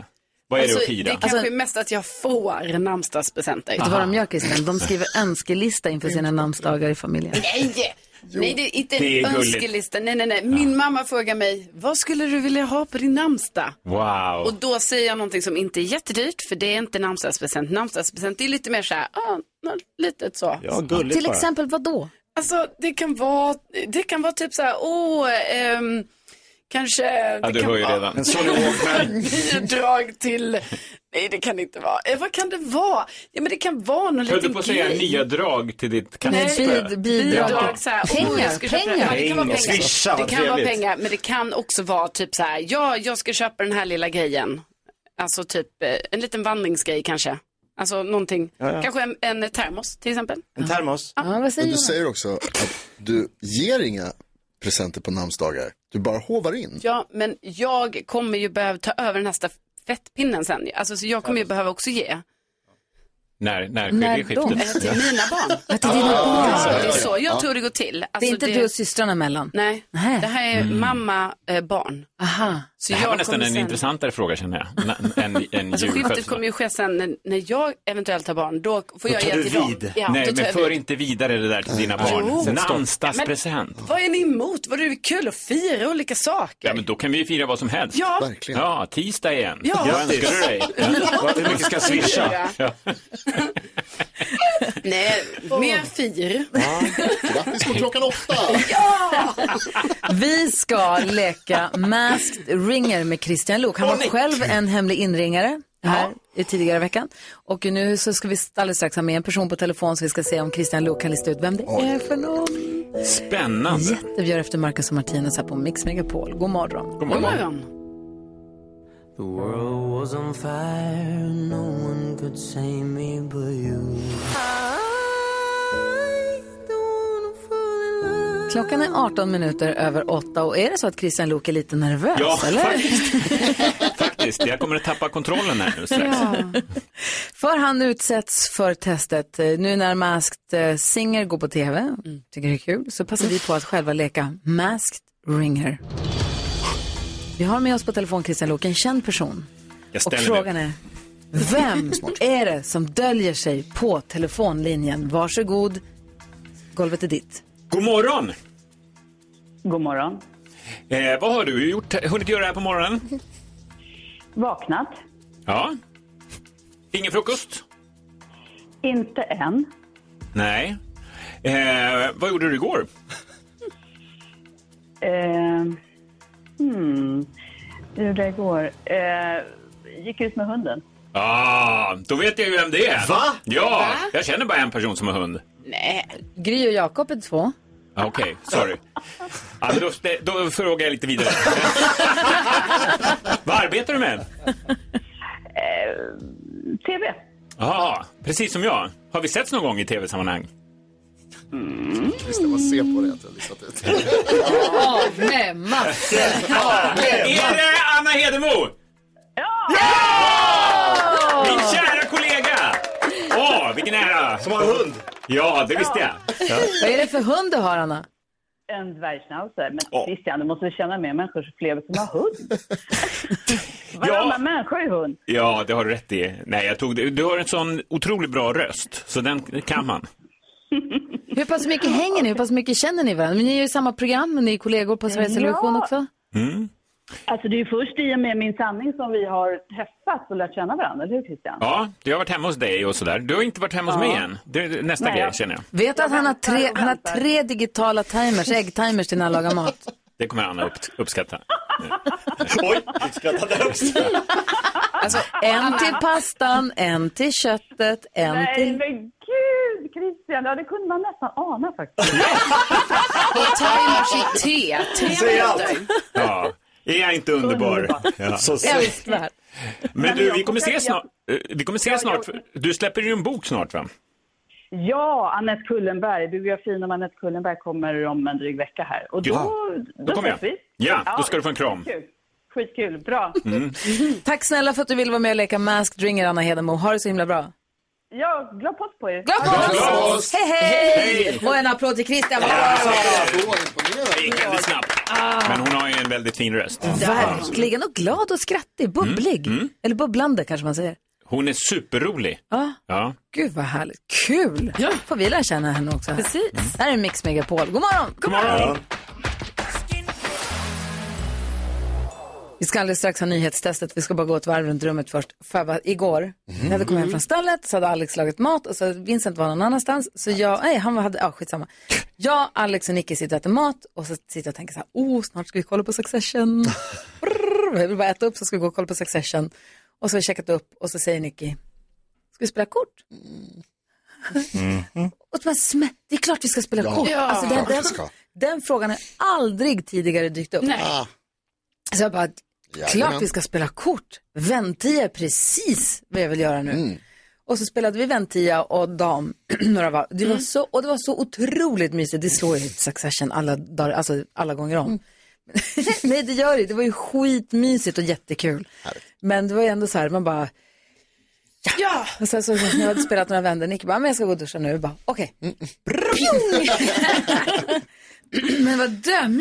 Vad är alltså, det att fira? Det är kanske alltså, mest att jag får namnsdagspresenter. Vet du vad de gör, Christian? De skriver önskelista inför sina namnsdagar i familjen. Nej, Jo. nej det är inte Det är en gulligt. önskelista. Nej, nej, nej. Min mamma frågar mig, vad skulle du vilja ha på din namnsdag? Wow. Och då säger jag någonting som inte är jättedyrt, för det är inte namnsdagspresent. Namnsdagspresent är lite mer så här, ah, litet så. Ja, gulligt Till bara. exempel vad då? Alltså det kan vara, det kan vara typ så här, åh, ehm, kanske... Ja, du hör ju redan. En Sony Walkman. Bidrag till... Nej, det kan det inte vara. Eh, vad kan det vara? Ja, men det kan vara någon Höll liten du på att säga grej. nya drag till ditt Nej, kaffespö? bid, bidrag. Bidrag, så här, Pengar, åh, jag ska köpa- pengar. Ja, det kan vara Pengar. pengar. Swisha, Det vad kan vara trevligt. pengar, men det kan också vara typ så här, ja, jag ska köpa den här lilla grejen. Alltså typ eh, en liten vandringsgrej kanske. Alltså någonting, Ja, ja. kanske en, en termos till exempel. En termos. Ja, vad Men säger du du? säger också att du ger inga presenter på namnsdagar. Du bara hovar in. Ja, men jag kommer ju behöva ta över den här stafettpinnen sen. Alltså, så jag kommer ju behöva också ge. När, när När sker det då? skiftet? Eh, till mina barn. Ja, till dina barn. Ja, det är ja, så jag ja. tror det går till. Det Alltså, är inte du och systrarna emellan? Nej, Nej. det här är mamma, eh, barn. Aha. Så Det här jag var nästan kommer en sen... intressantare fråga känner jag. N- En, en Alltså skiftet julfödsel. kommer ju ske sen när, när jag eventuellt har barn. Då får Då jag tar ge du till dem. vid. Ja, då Nej, tar men jag för vid. inte vidare det där till dina barn. Jo. Namnsdagspresent. Vad är ni emot? Vad är det kul att fira olika saker? Ja, men då kan vi ju fira vad som helst. Ja. Verkligen. Ja, tisdag igen. Ja. Vad önskar du dig? Vad- Hur mycket ska jag swisha? Ja. Nej, mer fyr. Grattis på klockan åtta! Vi ska leka Masked Ringer med Christian Luuk. Han var själv en hemlig inringare här i tidigare veckan. Och nu så ska vi alldeles strax ha med en person på telefon så vi ska se om Christian Luuk kan lista ut vem det är för någon. Spännande. Jättebjör efter Marcus och Martinez här på Mix Megapol. God morgon. God morgon. God morgon. The world was on fire, no one could save me but you. Klockan är arton minuter över åtta och är det så att Christian Luuk är lite nervös, Ja, eller? faktiskt. faktiskt. Jag kommer att tappa kontrollen här nu strax. Ja. För han utsätts för testet. Nu när Masked Singer går på tv, tycker det är kul, så passar vi på att själva leka Masked Ringer. Vi har med oss på telefon Christian Luuk, en känd person. Jag Och ställer frågan mig. är, vem är det som döljer sig på telefonlinjen? Varsågod, golvet är ditt. God morgon! God morgon. Eh, vad har du gjort, hunnit göra här på morgonen? Vaknat. Ja. Ingen frukost? Inte än. Nej. Eh, vad gjorde du igår? Eh, hmm. Det gjorde jag igår. Eh, gick ut med hunden. Ah, då vet jag ju vem det är. Va? Ja, Va? jag känner bara en person som har hund. Nej. Gry och Jakob är två. Ah, Okej, okay, sorry. Ja, men då, då frågar jag lite vidare. Vad arbetar du med? Eh, T V. Ja, precis som jag. Har vi setts någon gång i tv-sammanhang? Mm. Visst, man ser på det att jag har listat ut. Ja, med massor. Är det Anna Hedemo? Ja! Ja! Min kära kollega! Åh, vilken ära! Som har en hund. Ja, det visste jag. Ja. Vad är det för hund du har, Anna? En dvärgschnauzer. Men Åh. Christian, du måste väl känna mer människor som lever som har hund. Varannan människa är hund. Ja, det har du rätt i. Nej, jag tog det. Du har en sån otroligt bra röst, så den kan man. Hur pass mycket hänger ni? Hur pass mycket känner ni varandra? Men ni är ju i samma program, men ni är kollegor på Sveriges Ja. Television också. Mm. Alltså det är ju först i och med Min sanning som vi har träffats och lärt känna varandra, eller hur Christian? Ja, jag har varit hemma hos dig och sådär. Du har inte varit hemma hos Ja. mig än. Det är nästa Nej. grej, känner jag. Vet du att han har tre, väntar och han har väntar. tre digitala timers, äggtimers till när han lagar mat? Det kommer Anna upp, uppskatta. Oj, jag skrattade högst. Alltså, en till pastan, en till köttet, en Nej, till... men gud, Christian, ja, det kunde man nästan ana faktiskt. Och timers i te. Tre Säg allt. minuter. Ja, är jag inte underbar? Ja. Så Älskvärt. Men du, vi kommer se snart. eh, Vi kommer se snart. för- Du släpper ju en bok snart, va? Ja, Annette Kullenberg, biografin om Annette Kullenberg kommer om en dryg vecka här. Och då, Ja, då, då kommer jag. ses vi. Ja, då ska du få en kram. Skitkul, skitkul. Bra. Mm. Tack snälla för att du ville vara med och leka Masked Ringer, Anna Hedemo. Ha det så himla bra. Ja, glad påsk på er. Glad påsk! Hej, hej! Och en applåd till Christian. Det gick väldigt snabbt. Men hon har ju en väldigt fin röst. Verkligen, och glad och skrattig, bubblig. Mm, mm. Eller bubblande kanske man säger. Hon är superrolig. Ja. Ja. Gud vad härligt. Kul. Ja. Får vi lära känna henne också. Här. Precis. Mm. Här är Mix Megapol. God morgon. God morgon. Vi ska alldeles strax ha nyhetstestet. Vi ska bara gå ett varv runt rummet först. För bara, igår, mm. jag hade kommit hem från stallet, så hade Alex lagat mat och så Vincent var någon annanstans. Så jag, nej han hade, ja skitsamma. Jag, Alex och Nicky sitter och äter mat och så sitter jag och tänker så här, oh snart ska vi kolla på Succession. Jag vill bara äta upp så ska vi gå och kolla på Succession. Och så har jag checkat upp och så säger Nicky, ska vi spela kort? Mm. Och så smätt, det är klart vi ska spela ja. kort. Ja, alltså, den, den, ska. den frågan har aldrig tidigare dykt upp. Nej. Så jag bara, ja, klart vi ska spela kort. Väntia är precis vad jag vill göra nu. Mm. Och så spelade vi väntia och dam några var. Det var mm. så, och det var så otroligt mysigt. Det slår ju Succession alla dagar, alltså alla gånger om. Mm. Nej, det gör det. Det var ju skitmysigt och jättekul. Härligt. Men det var ju ändå så här, man bara ja. ja. Och sen så när jag hade spelat några vänner, Nick bara, men jag ska gå och duscha nu. Bara, okej. Okay. Mm. Men vad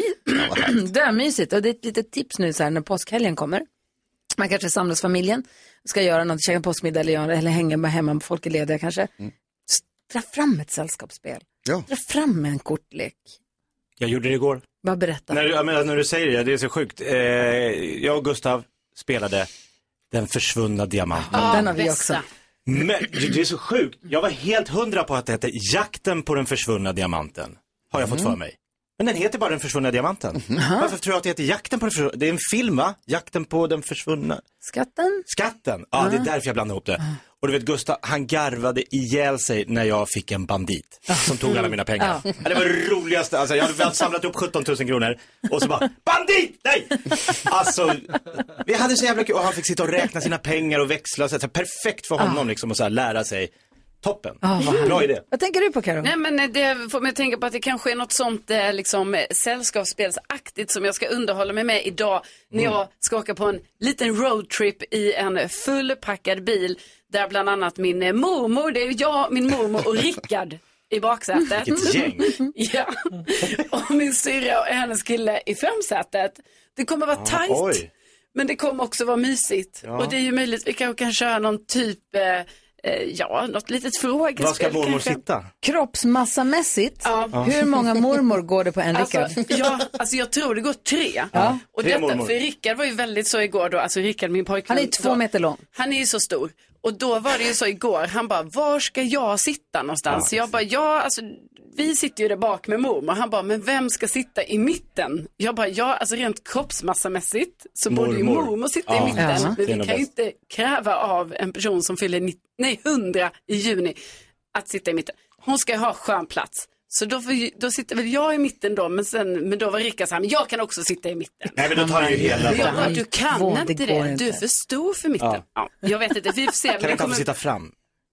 dömy- dömysigt. Och det är ett litet tips nu så här när påskhelgen kommer. Man kanske samlas familjen, ska göra något, käka påskmiddag eller, göra, eller hänga med hemma, folk är lediga kanske. Mm. Dra fram ett sällskapsspel. Ja. Dra fram en kortlek. Jag gjorde det igår. Vad berätta? När, jag menar, när du säger det, det är så sjukt. Eh, jag och Gustav spelade Den försvunna diamanten. Ja, den har vi också. Men det är så sjukt. Jag var helt hundra på att det hette Jakten på den försvunna diamanten. Har jag mm. fått för mig. Men den heter bara Den försvunna diamanten. Mm-hmm. Varför tror jag att det heter Jakten på den försvunna? Det är en film, va? Jakten på den försvunna. Skatten? Skatten. Ja, mm. det är därför jag blandade ihop det. Mm. Och du vet, Gustav, han garvade ihjäl sig när jag fick en bandit som tog alla mina pengar. Mm. Ja, det var det roligaste. Alltså, jag hade samlat upp sjutton tusen kronor och så bara, bandit! Nej! Alltså, vi hade så jävla kul. Och han fick sitta och räkna sina pengar och växla. Så här, perfekt för honom liksom, och så här, lära sig. Toppen. Oh, bra idé. Vad tänker du på, Karo? Nej, men det får mig att tänka på att det kanske är något sånt liksom, sällskapsspelsaktigt som jag ska underhålla mig med idag när mm. jag ska åka på en liten roadtrip i en fullpackad bil där bland annat min mormor, det är jag, min mormor och Rickard i baksätet. Vilket gäng. Ja. Och min syrra och hennes kille i framsätet. Det kommer vara ah, tajt. Oj. Men det kommer också vara mysigt. Ja. Och det är ju möjligt, vi kanske kan köra någon typ... Eh, Ja, något litet frågespel. Var ska mormor kanske sitta? Kroppsmassamässigt, ja. Hur många mormor går det på en Rickard? Alltså, ja, alltså jag tror det går tre. Ja. Och tre detta, mormor. För Rickard var ju väldigt så igår då, alltså Rickard, min pojkvän. Han är två meter lång. Han är ju så stor. Och då var det ju så igår, han bara, var ska jag sitta någonstans? Ja, jag bara, ja, alltså vi sitter ju där bak med mormor. Han bara, men vem ska sitta i mitten? Jag bara, ja, alltså rent kroppsmassamässigt så mormor. Borde ju mormor sitta ja. i mitten. Ja. Men vi kan ju inte kräva av en person som fyller nittio, nej, hundra i juni att sitta i mitten. Hon ska ha skön plats. Så då, får, då sitter väl jag i mitten då, men, sen, men då var Rickard så här, men jag kan också sitta i mitten. Nej, men då tar du ju hela. Jag bara, du kan Vå, inte det, det. Du är för stor för mitten. Ja. Ja, jag vet inte, vi får se. Kan du inte kommer... sitta fram?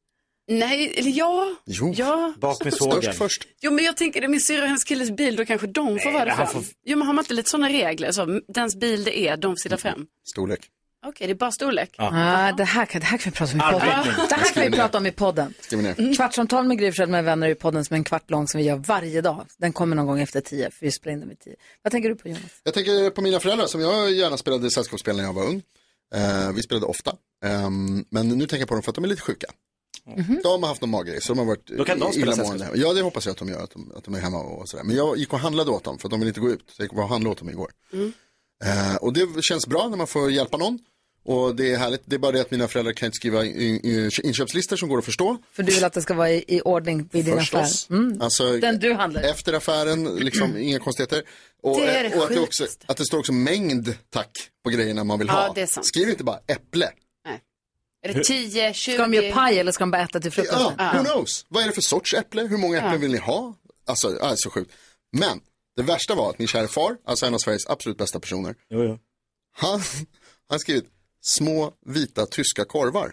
Nej, eller ja. Jo, ja. Bak med sågen. Först. Jo, men jag tänker det är min syrra och hennes killes bil, då kanske de får Nej, vara fram. Får... Jo, men har man inte lite sådana regler? Så, dens bil det är, de får sitta fram. Storlek. Okej, okay, det är bara storlek. Ja. Ah, det, här kan, det här kan vi prata om i podden. Ah. Det här kan vi prata om i podden. Mm. Kvartsamtal med Gry Forssell med vänner i podden som är en kvart lång som vi gör varje dag. Den kommer någon gång efter tio, för vi spelar in den vid tio. Vad tänker du på, Jonas? Jag tänker på mina föräldrar som jag gärna spelade sällskapsspel när jag var ung. Uh, vi spelade ofta. Um, men nu tänker jag på dem för att de är lite sjuka. Mm-hmm. De har haft någon maggrej, så de har varit Då kan de spela illamående. Ja, det hoppas jag att de gör, att de, att de är hemma och sådär. Men jag gick och handlade åt dem för att de vill inte gå ut. Så jag gick och handlade åt dem igår. Mm. Uh, och det känns bra när man får hjälpa någon. Och det är härligt, det är bara det att mina föräldrar kan inte skriva inköpslistor som går att förstå. För du vill att det ska vara i, i ordning vid din affär. Mm. Alltså, den du handlar. Efter affären, liksom mm. inga konstigheter. Och, det är det och att, det också, att det står också mängd, tack, på grejerna man vill ha. Ja, skriv inte bara äpple. Nej. Är det tio, tjugo? Ska de göra paj eller ska de bara äta till frukost? Ja, ja, who knows? Vad är det för sorts äpple? Hur många äpplen ja. vill ni ha? Alltså, ja, så sjukt. Men det värsta var att min kära far, alltså en av Sveriges absolut bästa personer. Jo, jo. Han har skrivit små vita tyska korvar.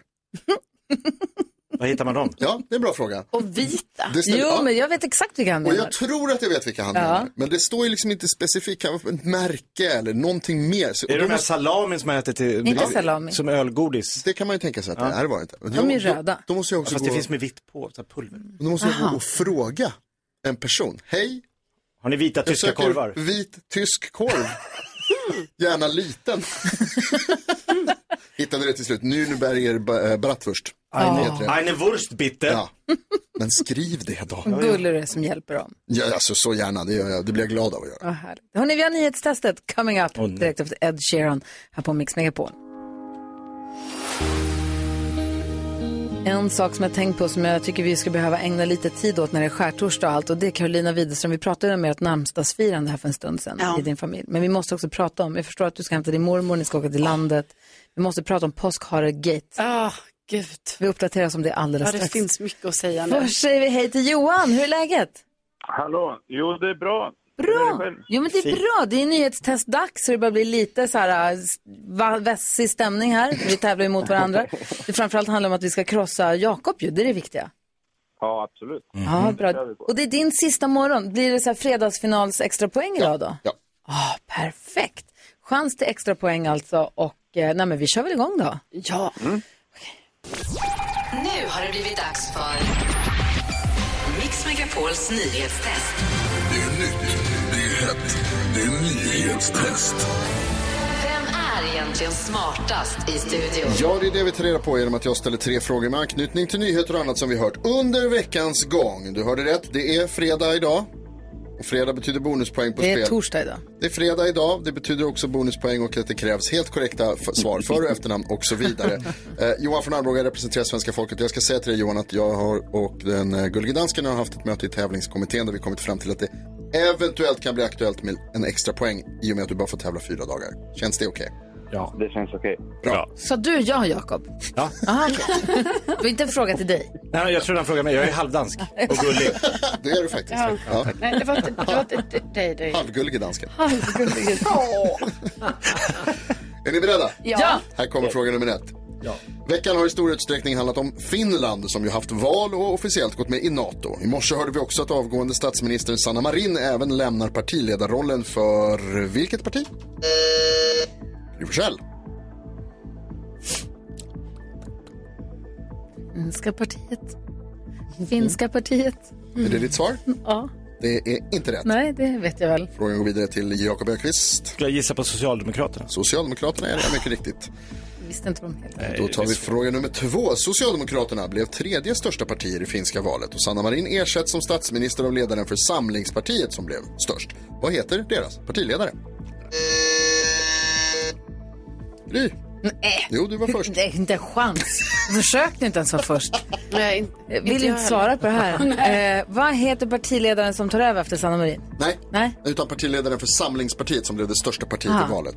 Var hittar man dem? Ja, det är en bra fråga. Och vita? Ställer, jo, ja. men jag vet exakt vilka han menar. Och jag tror att jag vet vilka han menar. Ja. Men det står ju liksom inte specifikt, ett märke eller någonting mer. Så, är det de här måste... salamin som jag äter till... Inte salami. Som ölgodis? Det kan man ju tänka sig att ja. det är var inte. De är röda. Då, då måste jag också ja, fast gå... det finns med vitt på, så här pulver. Då måste jag gå och fråga en person. Hej. Har ni vita tyska korvar? Vit tysk korv. Gärna liten. Hittade det till slut. Nürnberger Bratwurst. Eine, eine Wurstbitte. Ja. Men skriv det då. Gullar det som hjälper dem. Ja, alltså så gärna. Det, gör jag. Det blir jag glad av att göra. Oh, hörrni, vi har nyhetstestet coming up oh, direkt efter Ed Sheeran här på Mix Megapol. En sak som jag tänkt på som jag tycker vi ska behöva ägna lite tid åt när det är skärtorsdag och allt, och det är Carolina Widerström. Vi pratade om ert namnsdagsfirande här för en stund sedan ja. i din familj. Men vi måste också prata om, jag förstår att du ska hämta din mormor, ni ska åka till landet. Vi måste prata om påskharegate. Ja, oh, gud. Vi uppdaterar oss om det alldeles strax. Ja, det strax. Finns mycket att säga nu. Först säger vi hej till Johan, hur är läget? Hallå, jo det är bra. Bra, jo men det är bra, det är nyhetstestdags så det börjar bli lite så här vässig stämning här, vi tävlar emot varandra. Det framförallt handlar om att vi ska krossa Jakob ju, det är det viktiga. Ja, absolut. Mm. Ja, bra. Och det är din sista morgon, blir det så här fredagsfinals extra poäng idag då? Ja. Ah, perfekt, chans till extra poäng alltså och nej men vi kör väl igång då? Ja. Mm. Okay. Nu har det blivit dags för Mix Megapols nyhetstest. Det är nytt, det är hett, det är nyhetstest. Vem är egentligen smartast i studion? Ja, det är det vi tar reda på genom att jag ställer tre frågor med anknytning till nyheter och annat som vi hört under veckans gång. Du hörde rätt, det är fredag idag. Och fredag betyder bonuspoäng på spel. Det är spel. Torsdag idag. Det är fredag idag, det betyder också bonuspoäng och att det krävs helt korrekta f- svar, för- och efternamn och så vidare. eh, Johan från Arboga representerar svenska folket. Jag ska säga till dig Johan att jag har och den uh, gullige dansken har haft ett möte i tävlingskommittén där vi kommit fram till att det eventuellt kan bli aktuellt med en extra poäng i och med att du bara får tävla fyra dagar. Känns det okej? Okay? Ja, det känns okej. Okay. Bra. Så du, ja, Jakob? Ja. Aha, okay. Det var inte en fråga till dig. Nej, jag tror han frågar mig. Jag är halvdansk och gullig. Det är du faktiskt. Ja. Ja. Nej, det var inte, det var inte dig. dig. Halvgullig dansken. Halvgullig. Är ni beredda? Ja. Här kommer fråga nummer ett. Ja. Veckan har i stor utsträckning handlat om Finland som ju haft val och officiellt gått med i NATO. I morse hörde vi också att avgående statsminister Sanna Marin även lämnar partiledarrollen för vilket parti? Gry Forssell. Finska partiet. Finska partiet. Mm. Är det ditt svar? Ja. Det är inte rätt. Nej, det vet jag väl. Frågan går vidare till Jakob Öqvist. Ska jag gissa på Socialdemokraterna? Socialdemokraterna är det mycket riktigt. Jag visste inte vad de heter. Nej, då tar vi fråga nummer två. Socialdemokraterna blev tredje största partier i finska valet och Sanna Marin ersätts som statsminister av ledaren för Samlingspartiet som blev störst. Vad heter deras partiledare? Gry. Nej. Jo, du var först. Det är inte en chans. Försökte inte ens vara först. Nej, jag vill inte, inte svara på det här. eh, vad heter partiledaren som tar över efter Sanna Marin? Nej. Nej. Utan partiledaren för Samlingspartiet som blev det största partiet Aha. i valet.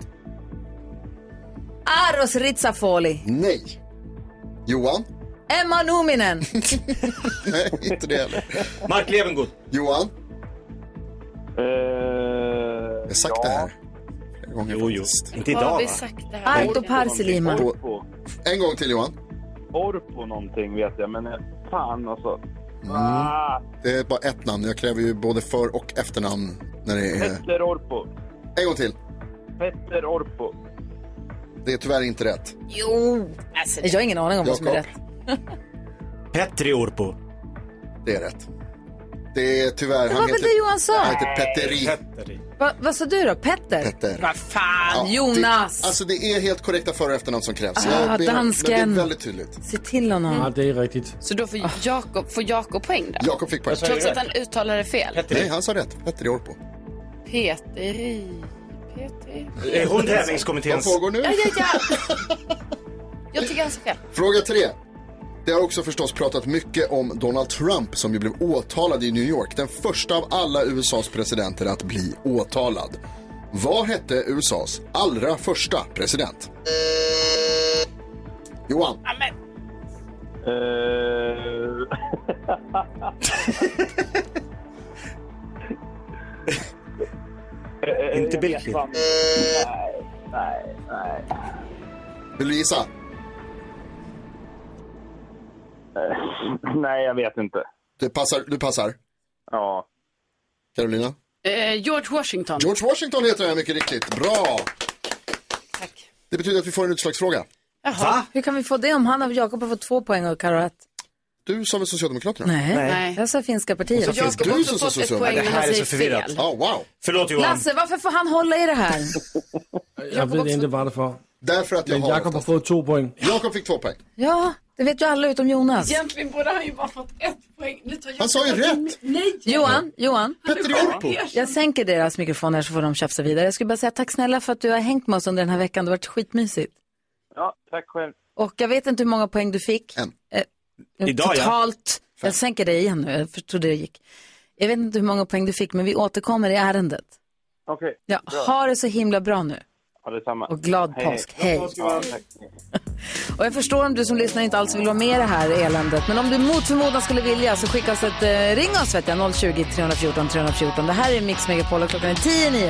Aros Ritsafoli. Nej. Johan? Emma Nominen. Nej, inte det heller. Mark Levengood. Johan? Uh, jag har sagt ja. det här. Jo, jo. Inte idag, har vi va? sagt det här? Arto Parsilima. En gång till, Johan. Orpo någonting vet jag, men fan alltså. Mm. Ah. Det är bara ett namn. Jag kräver ju både för- och efternamn när det är... Petter Orpo. En gång till. Petter Orpo. Det är tyvärr inte rätt. Jo. Alltså, jag har ingen aning om vad som är rätt. Petri Orpo. Det är rätt. Det är tyvärr... Det var väl det Johan sa? Han heter Petteri. Petteri. Va, vad sa du då? Petter? Petter. Vad fan, ja, Jonas! Det, alltså det är helt korrekta för- och efternamn som krävs. Ah, jag ber, dansken. Men det är väldigt tydligt. Se till honom. Ja, det är riktigt. Så då får Jakob, får Jakob poäng då? Jakob fick poäng. Trots att han uttalade fel. Petteri. Nej, han sa rätt. Petteri Orpo. Peteri. Peteri. Är hon tävlingskommitténs? Vad pågår nu? Ja, ja, ja. Jag tycker han sa fel. Fråga tre. Det har också förstås pratat mycket om Donald Trump som ju blev åtalad i New York. Den första av alla U S A:s presidenter att bli åtalad. Vad hette U S A:s allra första president? Johan. Amen. Uh... Inte Bill Clinton. Nej, nej, nej. Vill du gissa? Nej, jag vet inte. Du passar? Du passar? Ja. Carolina? Eh, George Washington. George Washington heter jag mycket riktigt. Bra! Tack. Det betyder att vi får en utslagsfråga. Jaha. Va? Hur kan vi få det om han och Jakob har fått två poäng och Karo ett? Du sa väl Socialdemokraterna? Nej, Nej. jag sa finska partiet. Och så finns du som sa Socialdemokraterna. Det här är så förvirrat. Oh, wow. Förlåt Johan. Lasse, varför får han hålla i det här? Jag vet inte vad det för. Därför att jag Men har... Jakob har fått två poäng. Jakob fick två poäng. Ja, det vet ju alla utom Jonas. Egentligen borde han ju bara fått ett poäng. Nu tar jag Han sa ju rätt. Nej. Johan, Johan. Petter Jorpo. Jag sänker deras mikrofoner så får de tjafsa vidare. Jag skulle bara säga tack snälla för att du har hängt med oss under den här veckan. Det har varit skitmysigt. Ja, tack själv. Och jag vet inte hur många poäng du fick. En. Eh, Idag, totalt. Ja. Jag sänker dig igen nu. Jag förstod det gick. Jag vet inte hur många poäng du fick, men vi återkommer i ärendet. Okej. Okay, ja, ha det så himla bra nu. Ja, det är samma. Och glad hej, påsk. Hej. hej. Ja, tack. Och jag förstår om du som lyssnar inte alls vill vara med i det här eländet. Men om du mot förmodan skulle vilja så skicka oss ett eh, ring oss vet jag, noll tjugo, tre fjorton, tre fjorton. Det här är Mix Megapol och klockan är tio nio.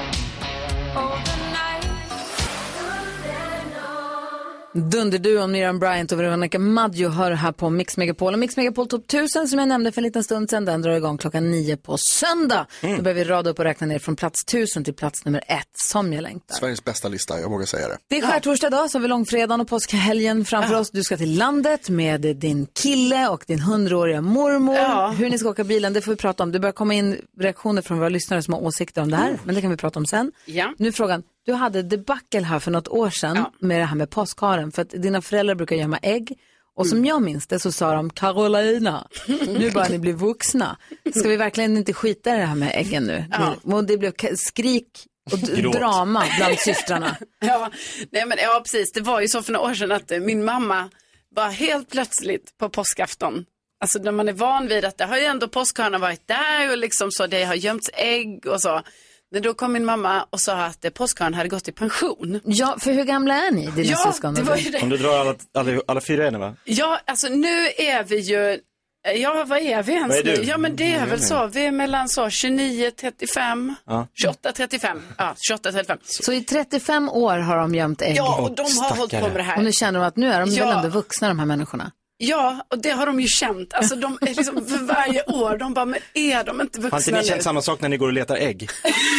Dunderduon Miriam Bryant och Veronica Maggio hör här på Mix Megapol. Och Mix Megapol Top tusen som jag nämnde för en liten stund sedan, den drar igång klockan nio på söndag. Mm. Då behöver vi rada upp och räkna ner från plats tusen till plats nummer ett, som jag längtar. Sveriges bästa lista, jag vågar säga det. Det är skärtorsdag idag, så har vi långfredagen och påskhelgen framför ja. oss. Du ska till landet med din kille och din hundraåriga mormor. Ja. Hur ni ska åka bilen, det får vi prata om. Det börjar komma in reaktioner från våra lyssnare som har åsikter om det här, mm. men det kan vi prata om sen. Ja. Nu är frågan, du hade debacle här för något år sedan ja. med det här med påskharen. För att dina föräldrar brukar gömma ägg. Och som mm. jag minns det så sa de, Carolina, nu börjar ni bli vuxna. Ska vi verkligen inte skita i det här med äggen nu? Ja. Och det blev skrik och d- drama bland systrarna. Ja, nej men, ja, precis. Det var ju så för några år sedan att min mamma var helt plötsligt på påskafton. Alltså när man är van vid att det har ju ändå påskharna varit där och liksom så det har gömts ägg och så. Men då kom min mamma och sa att påskaren hade gått i pension. Ja, för hur gamla är ni, dina ja, syskon? Det var ju det. Om du drar alla, alla, alla fyra ena, va? Ja, alltså nu är vi ju... Ja, vad är vi ens vad är nu? du? Ja, men det är väl så. Vi är mellan så tjugonio trettiofem, ja. tjugoåtta trettiofem. Ja, tjugoåtta trettiofem. Så i trettiofem år har de gömt ägg? Ja, och de har Stackare. hållit på med det här. Och nu känner de att nu är de ja. väl ändå vuxna, de här människorna? Ja, och det har de ju känt. Alltså de är liksom för varje år, de bara, men är de inte vuxna? Har inte ni känt samma sak när ni går och letar ägg?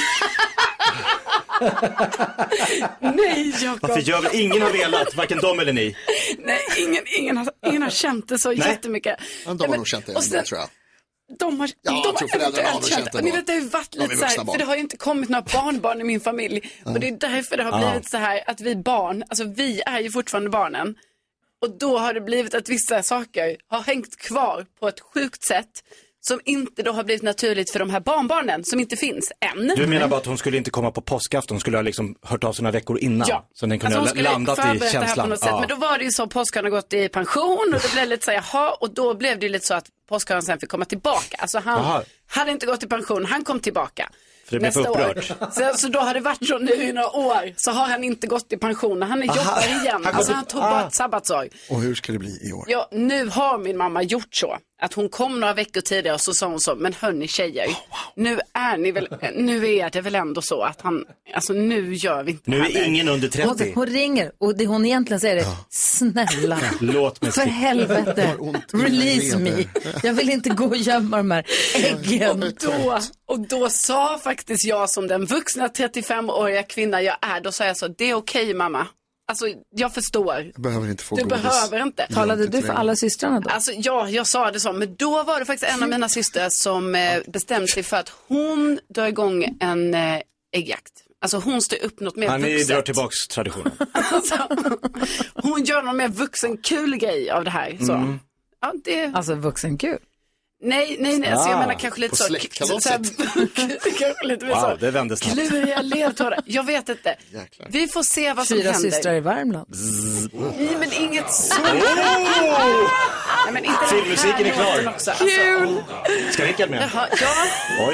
Nej, Jakob. Varför gör väl ingen har velat, varken de eller ni? Nej, ingen, ingen, har, ingen har känt det så Nej. jättemycket. Men de har nog känt det ändå, sen, tror jag. De har, ja, de jag tror föräldrarna har känt det. Ni vet, det har ju varit lite så här, för det har ju inte kommit några barnbarn i min familj. Mm. Och det är därför det har blivit så här att vi barn, alltså vi är ju fortfarande barnen. Och då har det blivit att vissa saker har hängt kvar på ett sjukt sätt som inte då har blivit naturligt för de här barnbarnen som inte finns än. Du menar bara att hon skulle inte komma på påskafton, hon skulle ha liksom hört av sig några veckor innan. Ja. Så den kunde alltså, ha landat i känslan. På något sätt. Men då var det ju så att påskan har gått i pension och det blev lite så här, jaha, och då blev det ju lite så att påskan sen fick komma tillbaka. Alltså han Aha. hade inte gått i pension, han kom tillbaka. För det blev nästa år. Så, så då har det varit så nu i några år så har han inte gått i pension. Han är jobbar igen. Han, alltså, han tog bara ett sabbatsår. Och hur ska det bli i år? Ja, nu har min mamma gjort så. Att hon kom några veckor tidigare och så sa hon så, men hörni tjejer, oh, wow. nu är ni väl, nu är det väl ändå så att han, alltså nu gör vi inte nu det här. Nu är ingen under trettio. Hon, hon ringer och det hon egentligen säger är, ja. snälla, låt mig för helvete, release me. Jag vill inte gå och gömma de här äggen. Och då, och då sa faktiskt jag som den vuxna trettiofemåriga kvinna jag är, då sa jag så, det är okej okay, mamma. Alltså, jag förstår. Jag behöver inte få du godis. behöver inte. Talade du för alla systrarna då? Alltså, ja, jag sa det så. Men då var det faktiskt en av mina systrar som eh, bestämde sig för att hon drar igång en eh, äggjakt. Alltså hon står upp något mer Han vuxet. Han drar tillbaks traditionen. Alltså, hon gör någon mer vuxen kul grej av det här. Så. Mm. Ja, det... Alltså vuxen kul? Nej, nej, nej. Alltså, jag menar kanske lite på så. Släktkalaset. Kanske lite mer wow, så. det vände snabbt. Kluriga ledtrådar. Jag vet inte. Jäklar. Vi får se vad som Fyra händer. Fyra systrar i Värmland. Nej, men inget så. Nej, men inte filmmusiken är klar. Också, kul. Alltså. Ska Rickard med? Jaha, ja. Oj.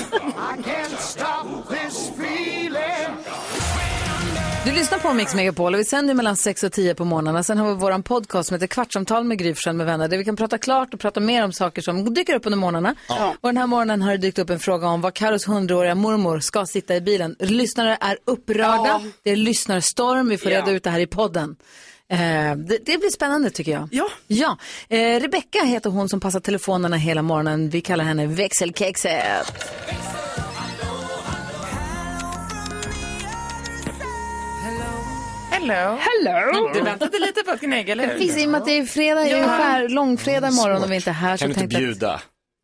Du lyssnar på Mix Megapol och vi sänder mellan sex och tio på morgnarna. Sen har vi våran podcast som heter Kvartsamtal med Gry Forssell med vänner. Där vi kan prata klart och prata mer om saker som dyker upp under morgnarna. Ja. Och den här morgonen har det dykt upp en fråga om vad Karos hundraåriga mormor ska sitta i bilen. Lyssnare är upprörda. Ja. Det är lyssnarstorm. Vi får reda ja. ut det här i podden. Eh, det, det blir spännande tycker jag. Ja. ja. Eh, Rebecca heter hon som passar telefonerna hela morgonen. Vi kallar henne växelkexet. Hello. Hello. Du väntade lite på ett gnägg, eller hur? Det finns i och med att det är fredag, ja. är långfredag imorgon och vi inte är här. Kan så du inte bjuda?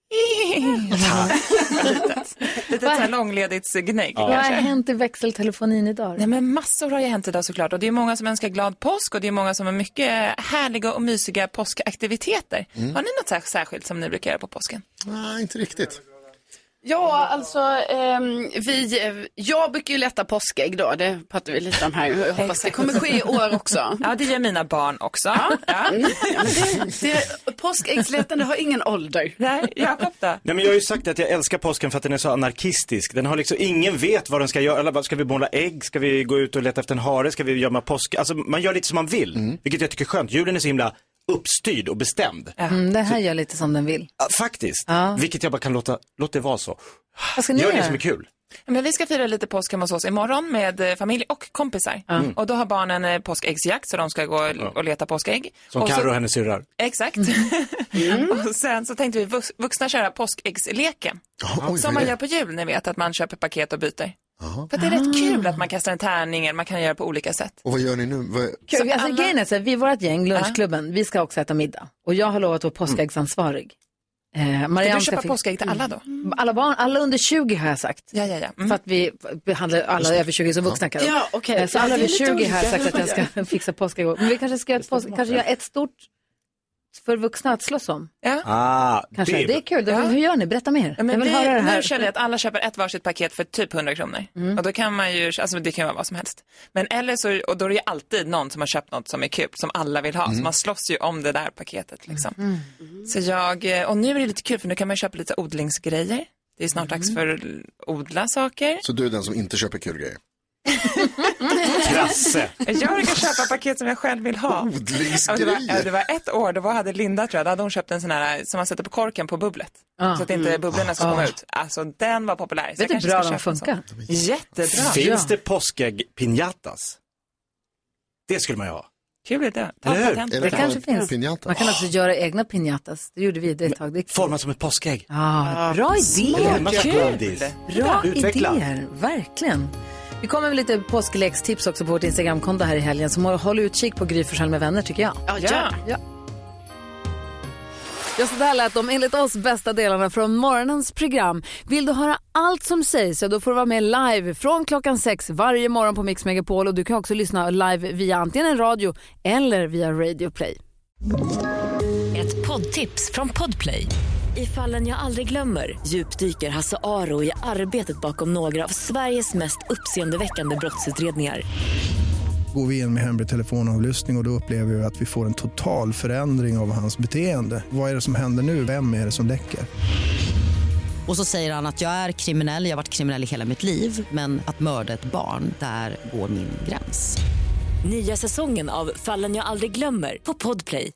Lite så här långledigt gnägg. Ja. Vad har hänt i växeltelefonin idag? Nej, men massor har ju hänt idag såklart. Och det är många som önskar glad påsk och det är många som har mycket härliga och mysiga påskaktiviteter. Mm. Har ni något särskilt som ni brukar göra på påsken? Nej, inte riktigt. Ja, alltså ehm, vi, jag brukar ju lätta påskägg då, det pratar vi lite om här. Jag hoppas det kommer ske i år också. Ja, det gör mina barn också. Ja. Ja. Ja, det, det, påskäggslättande har ingen ålder. Nej, Jakob då? Nej, men jag har ju sagt att jag älskar påsken för att den är så anarkistisk. Den har liksom, ingen vet vad den ska göra. Eller, ska vi måla ägg? Ska vi gå ut och leta efter en hare? Ska vi göra påsk? Alltså man gör lite som man vill, mm. vilket jag tycker är skönt. Julen är så himla uppstyrd och bestämd. Mm, det här gör lite som den vill. Ja, faktiskt. Ja. Vilket jag bara kan låta, låta det vara så. Vad ska ni gör göra? det som är kul. Men vi ska fira lite påsk hos oss imorgon med familj och kompisar. Mm. Och då har barnen påskäggsjakt så de ska gå och leta påskägg. Som Karo och hennes syrrar. Exakt. Mm. Och sen så tänkte vi vuxna köra påskäggsleken. Oh, som man gör på jul, ni vet att man köper paket och byter. Aha. För det är rätt kul att man kastar en tärning, man kan göra på olika sätt. Och vad gör ni nu? Vad... Kul, alltså, alla... grejen är så här, vi är vårt gäng, lunchklubben, uh-huh. vi ska också äta middag. Och jag har lovat att vara påskäggsansvarig. Eh, Marianne ska du köpa påskägg till alla då? Mm. Alla barn, alla under tjugo har jag sagt. Ja, ja, ja. Mm. För att vi behandlar alla över tjugo som vuxna kan. Ja, okej. Okay. Så alla över tjugo har jag sagt att jag ska fixa påskägg. Men vi kanske ska göra ett, påsk, kanske göra ett stort för vuxna att slåss om. Ja. Ah, kanske. Det, det är kul. Ja. Hur gör ni? Berätta mer. Ja, men jag vill vi, höra det här. Nu känner jag att alla köper ett varsitt paket för typ hundra kronor. Mm. Och då kan man ju, alltså det kan vara vad som helst. Men eller så, och då är det ju alltid någon som har köpt något som är kul, som alla vill ha. Mm. Så man slåss ju om det där paketet liksom. Mm. Mm. Så jag, och nu är det lite kul för nu kan man köpa lite odlingsgrejer. Det är snart dags mm. för att odla saker. Så du är den som inte köper kul grejer? Krasse. Jag brukar köpa paket som jag själv vill ha. Odlingsgrejer. Det var, ja, det var ett år, då hade Linda tror jag, då hade hon köpt en sån här som man sätter på korken på bubblet. Ah. Så att inte bubblorna ska ah. komma ut. Alltså den var populär. Vet du hur bra de funkar? Jättebra. Finns det påskägg piñatas? Det skulle man ju ha. Kul idé. Det, det kanske finns. Pinjata. Man kan också göra egna piñatas. Det gjorde vi det ett tag. Format som ett påskägg. Ah, bra idé. Kul. Bra idéer, verkligen. Vi kommer med lite påsklekstips också på vårt Instagramkonto här i helgen. Så håll utkik på Gry Forssell med vänner tycker jag. Ja, ja. ja. Ja, så där lät de enligt oss bästa delarna från morgonens program. Vill du höra allt som sägs så då får du vara med live från klockan sex varje morgon på Mix Megapol. Och du kan också lyssna live via antingen en radio eller via Radio Play. Ett poddtips från Podplay. I Fallen jag aldrig glömmer djupdyker Hasse Aro i arbetet bakom några av Sveriges mest uppseendeväckande brottsutredningar. Går vi in med hemlig telefonavlyssning och då upplever vi att vi får en total förändring av hans beteende. Vad är det som händer nu? Vem är det som läcker? Och så säger han att jag är kriminell, jag har varit kriminell i hela mitt liv. Men att mörda ett barn, där går min gräns. Nya säsongen av Fallen jag aldrig glömmer på Podplay.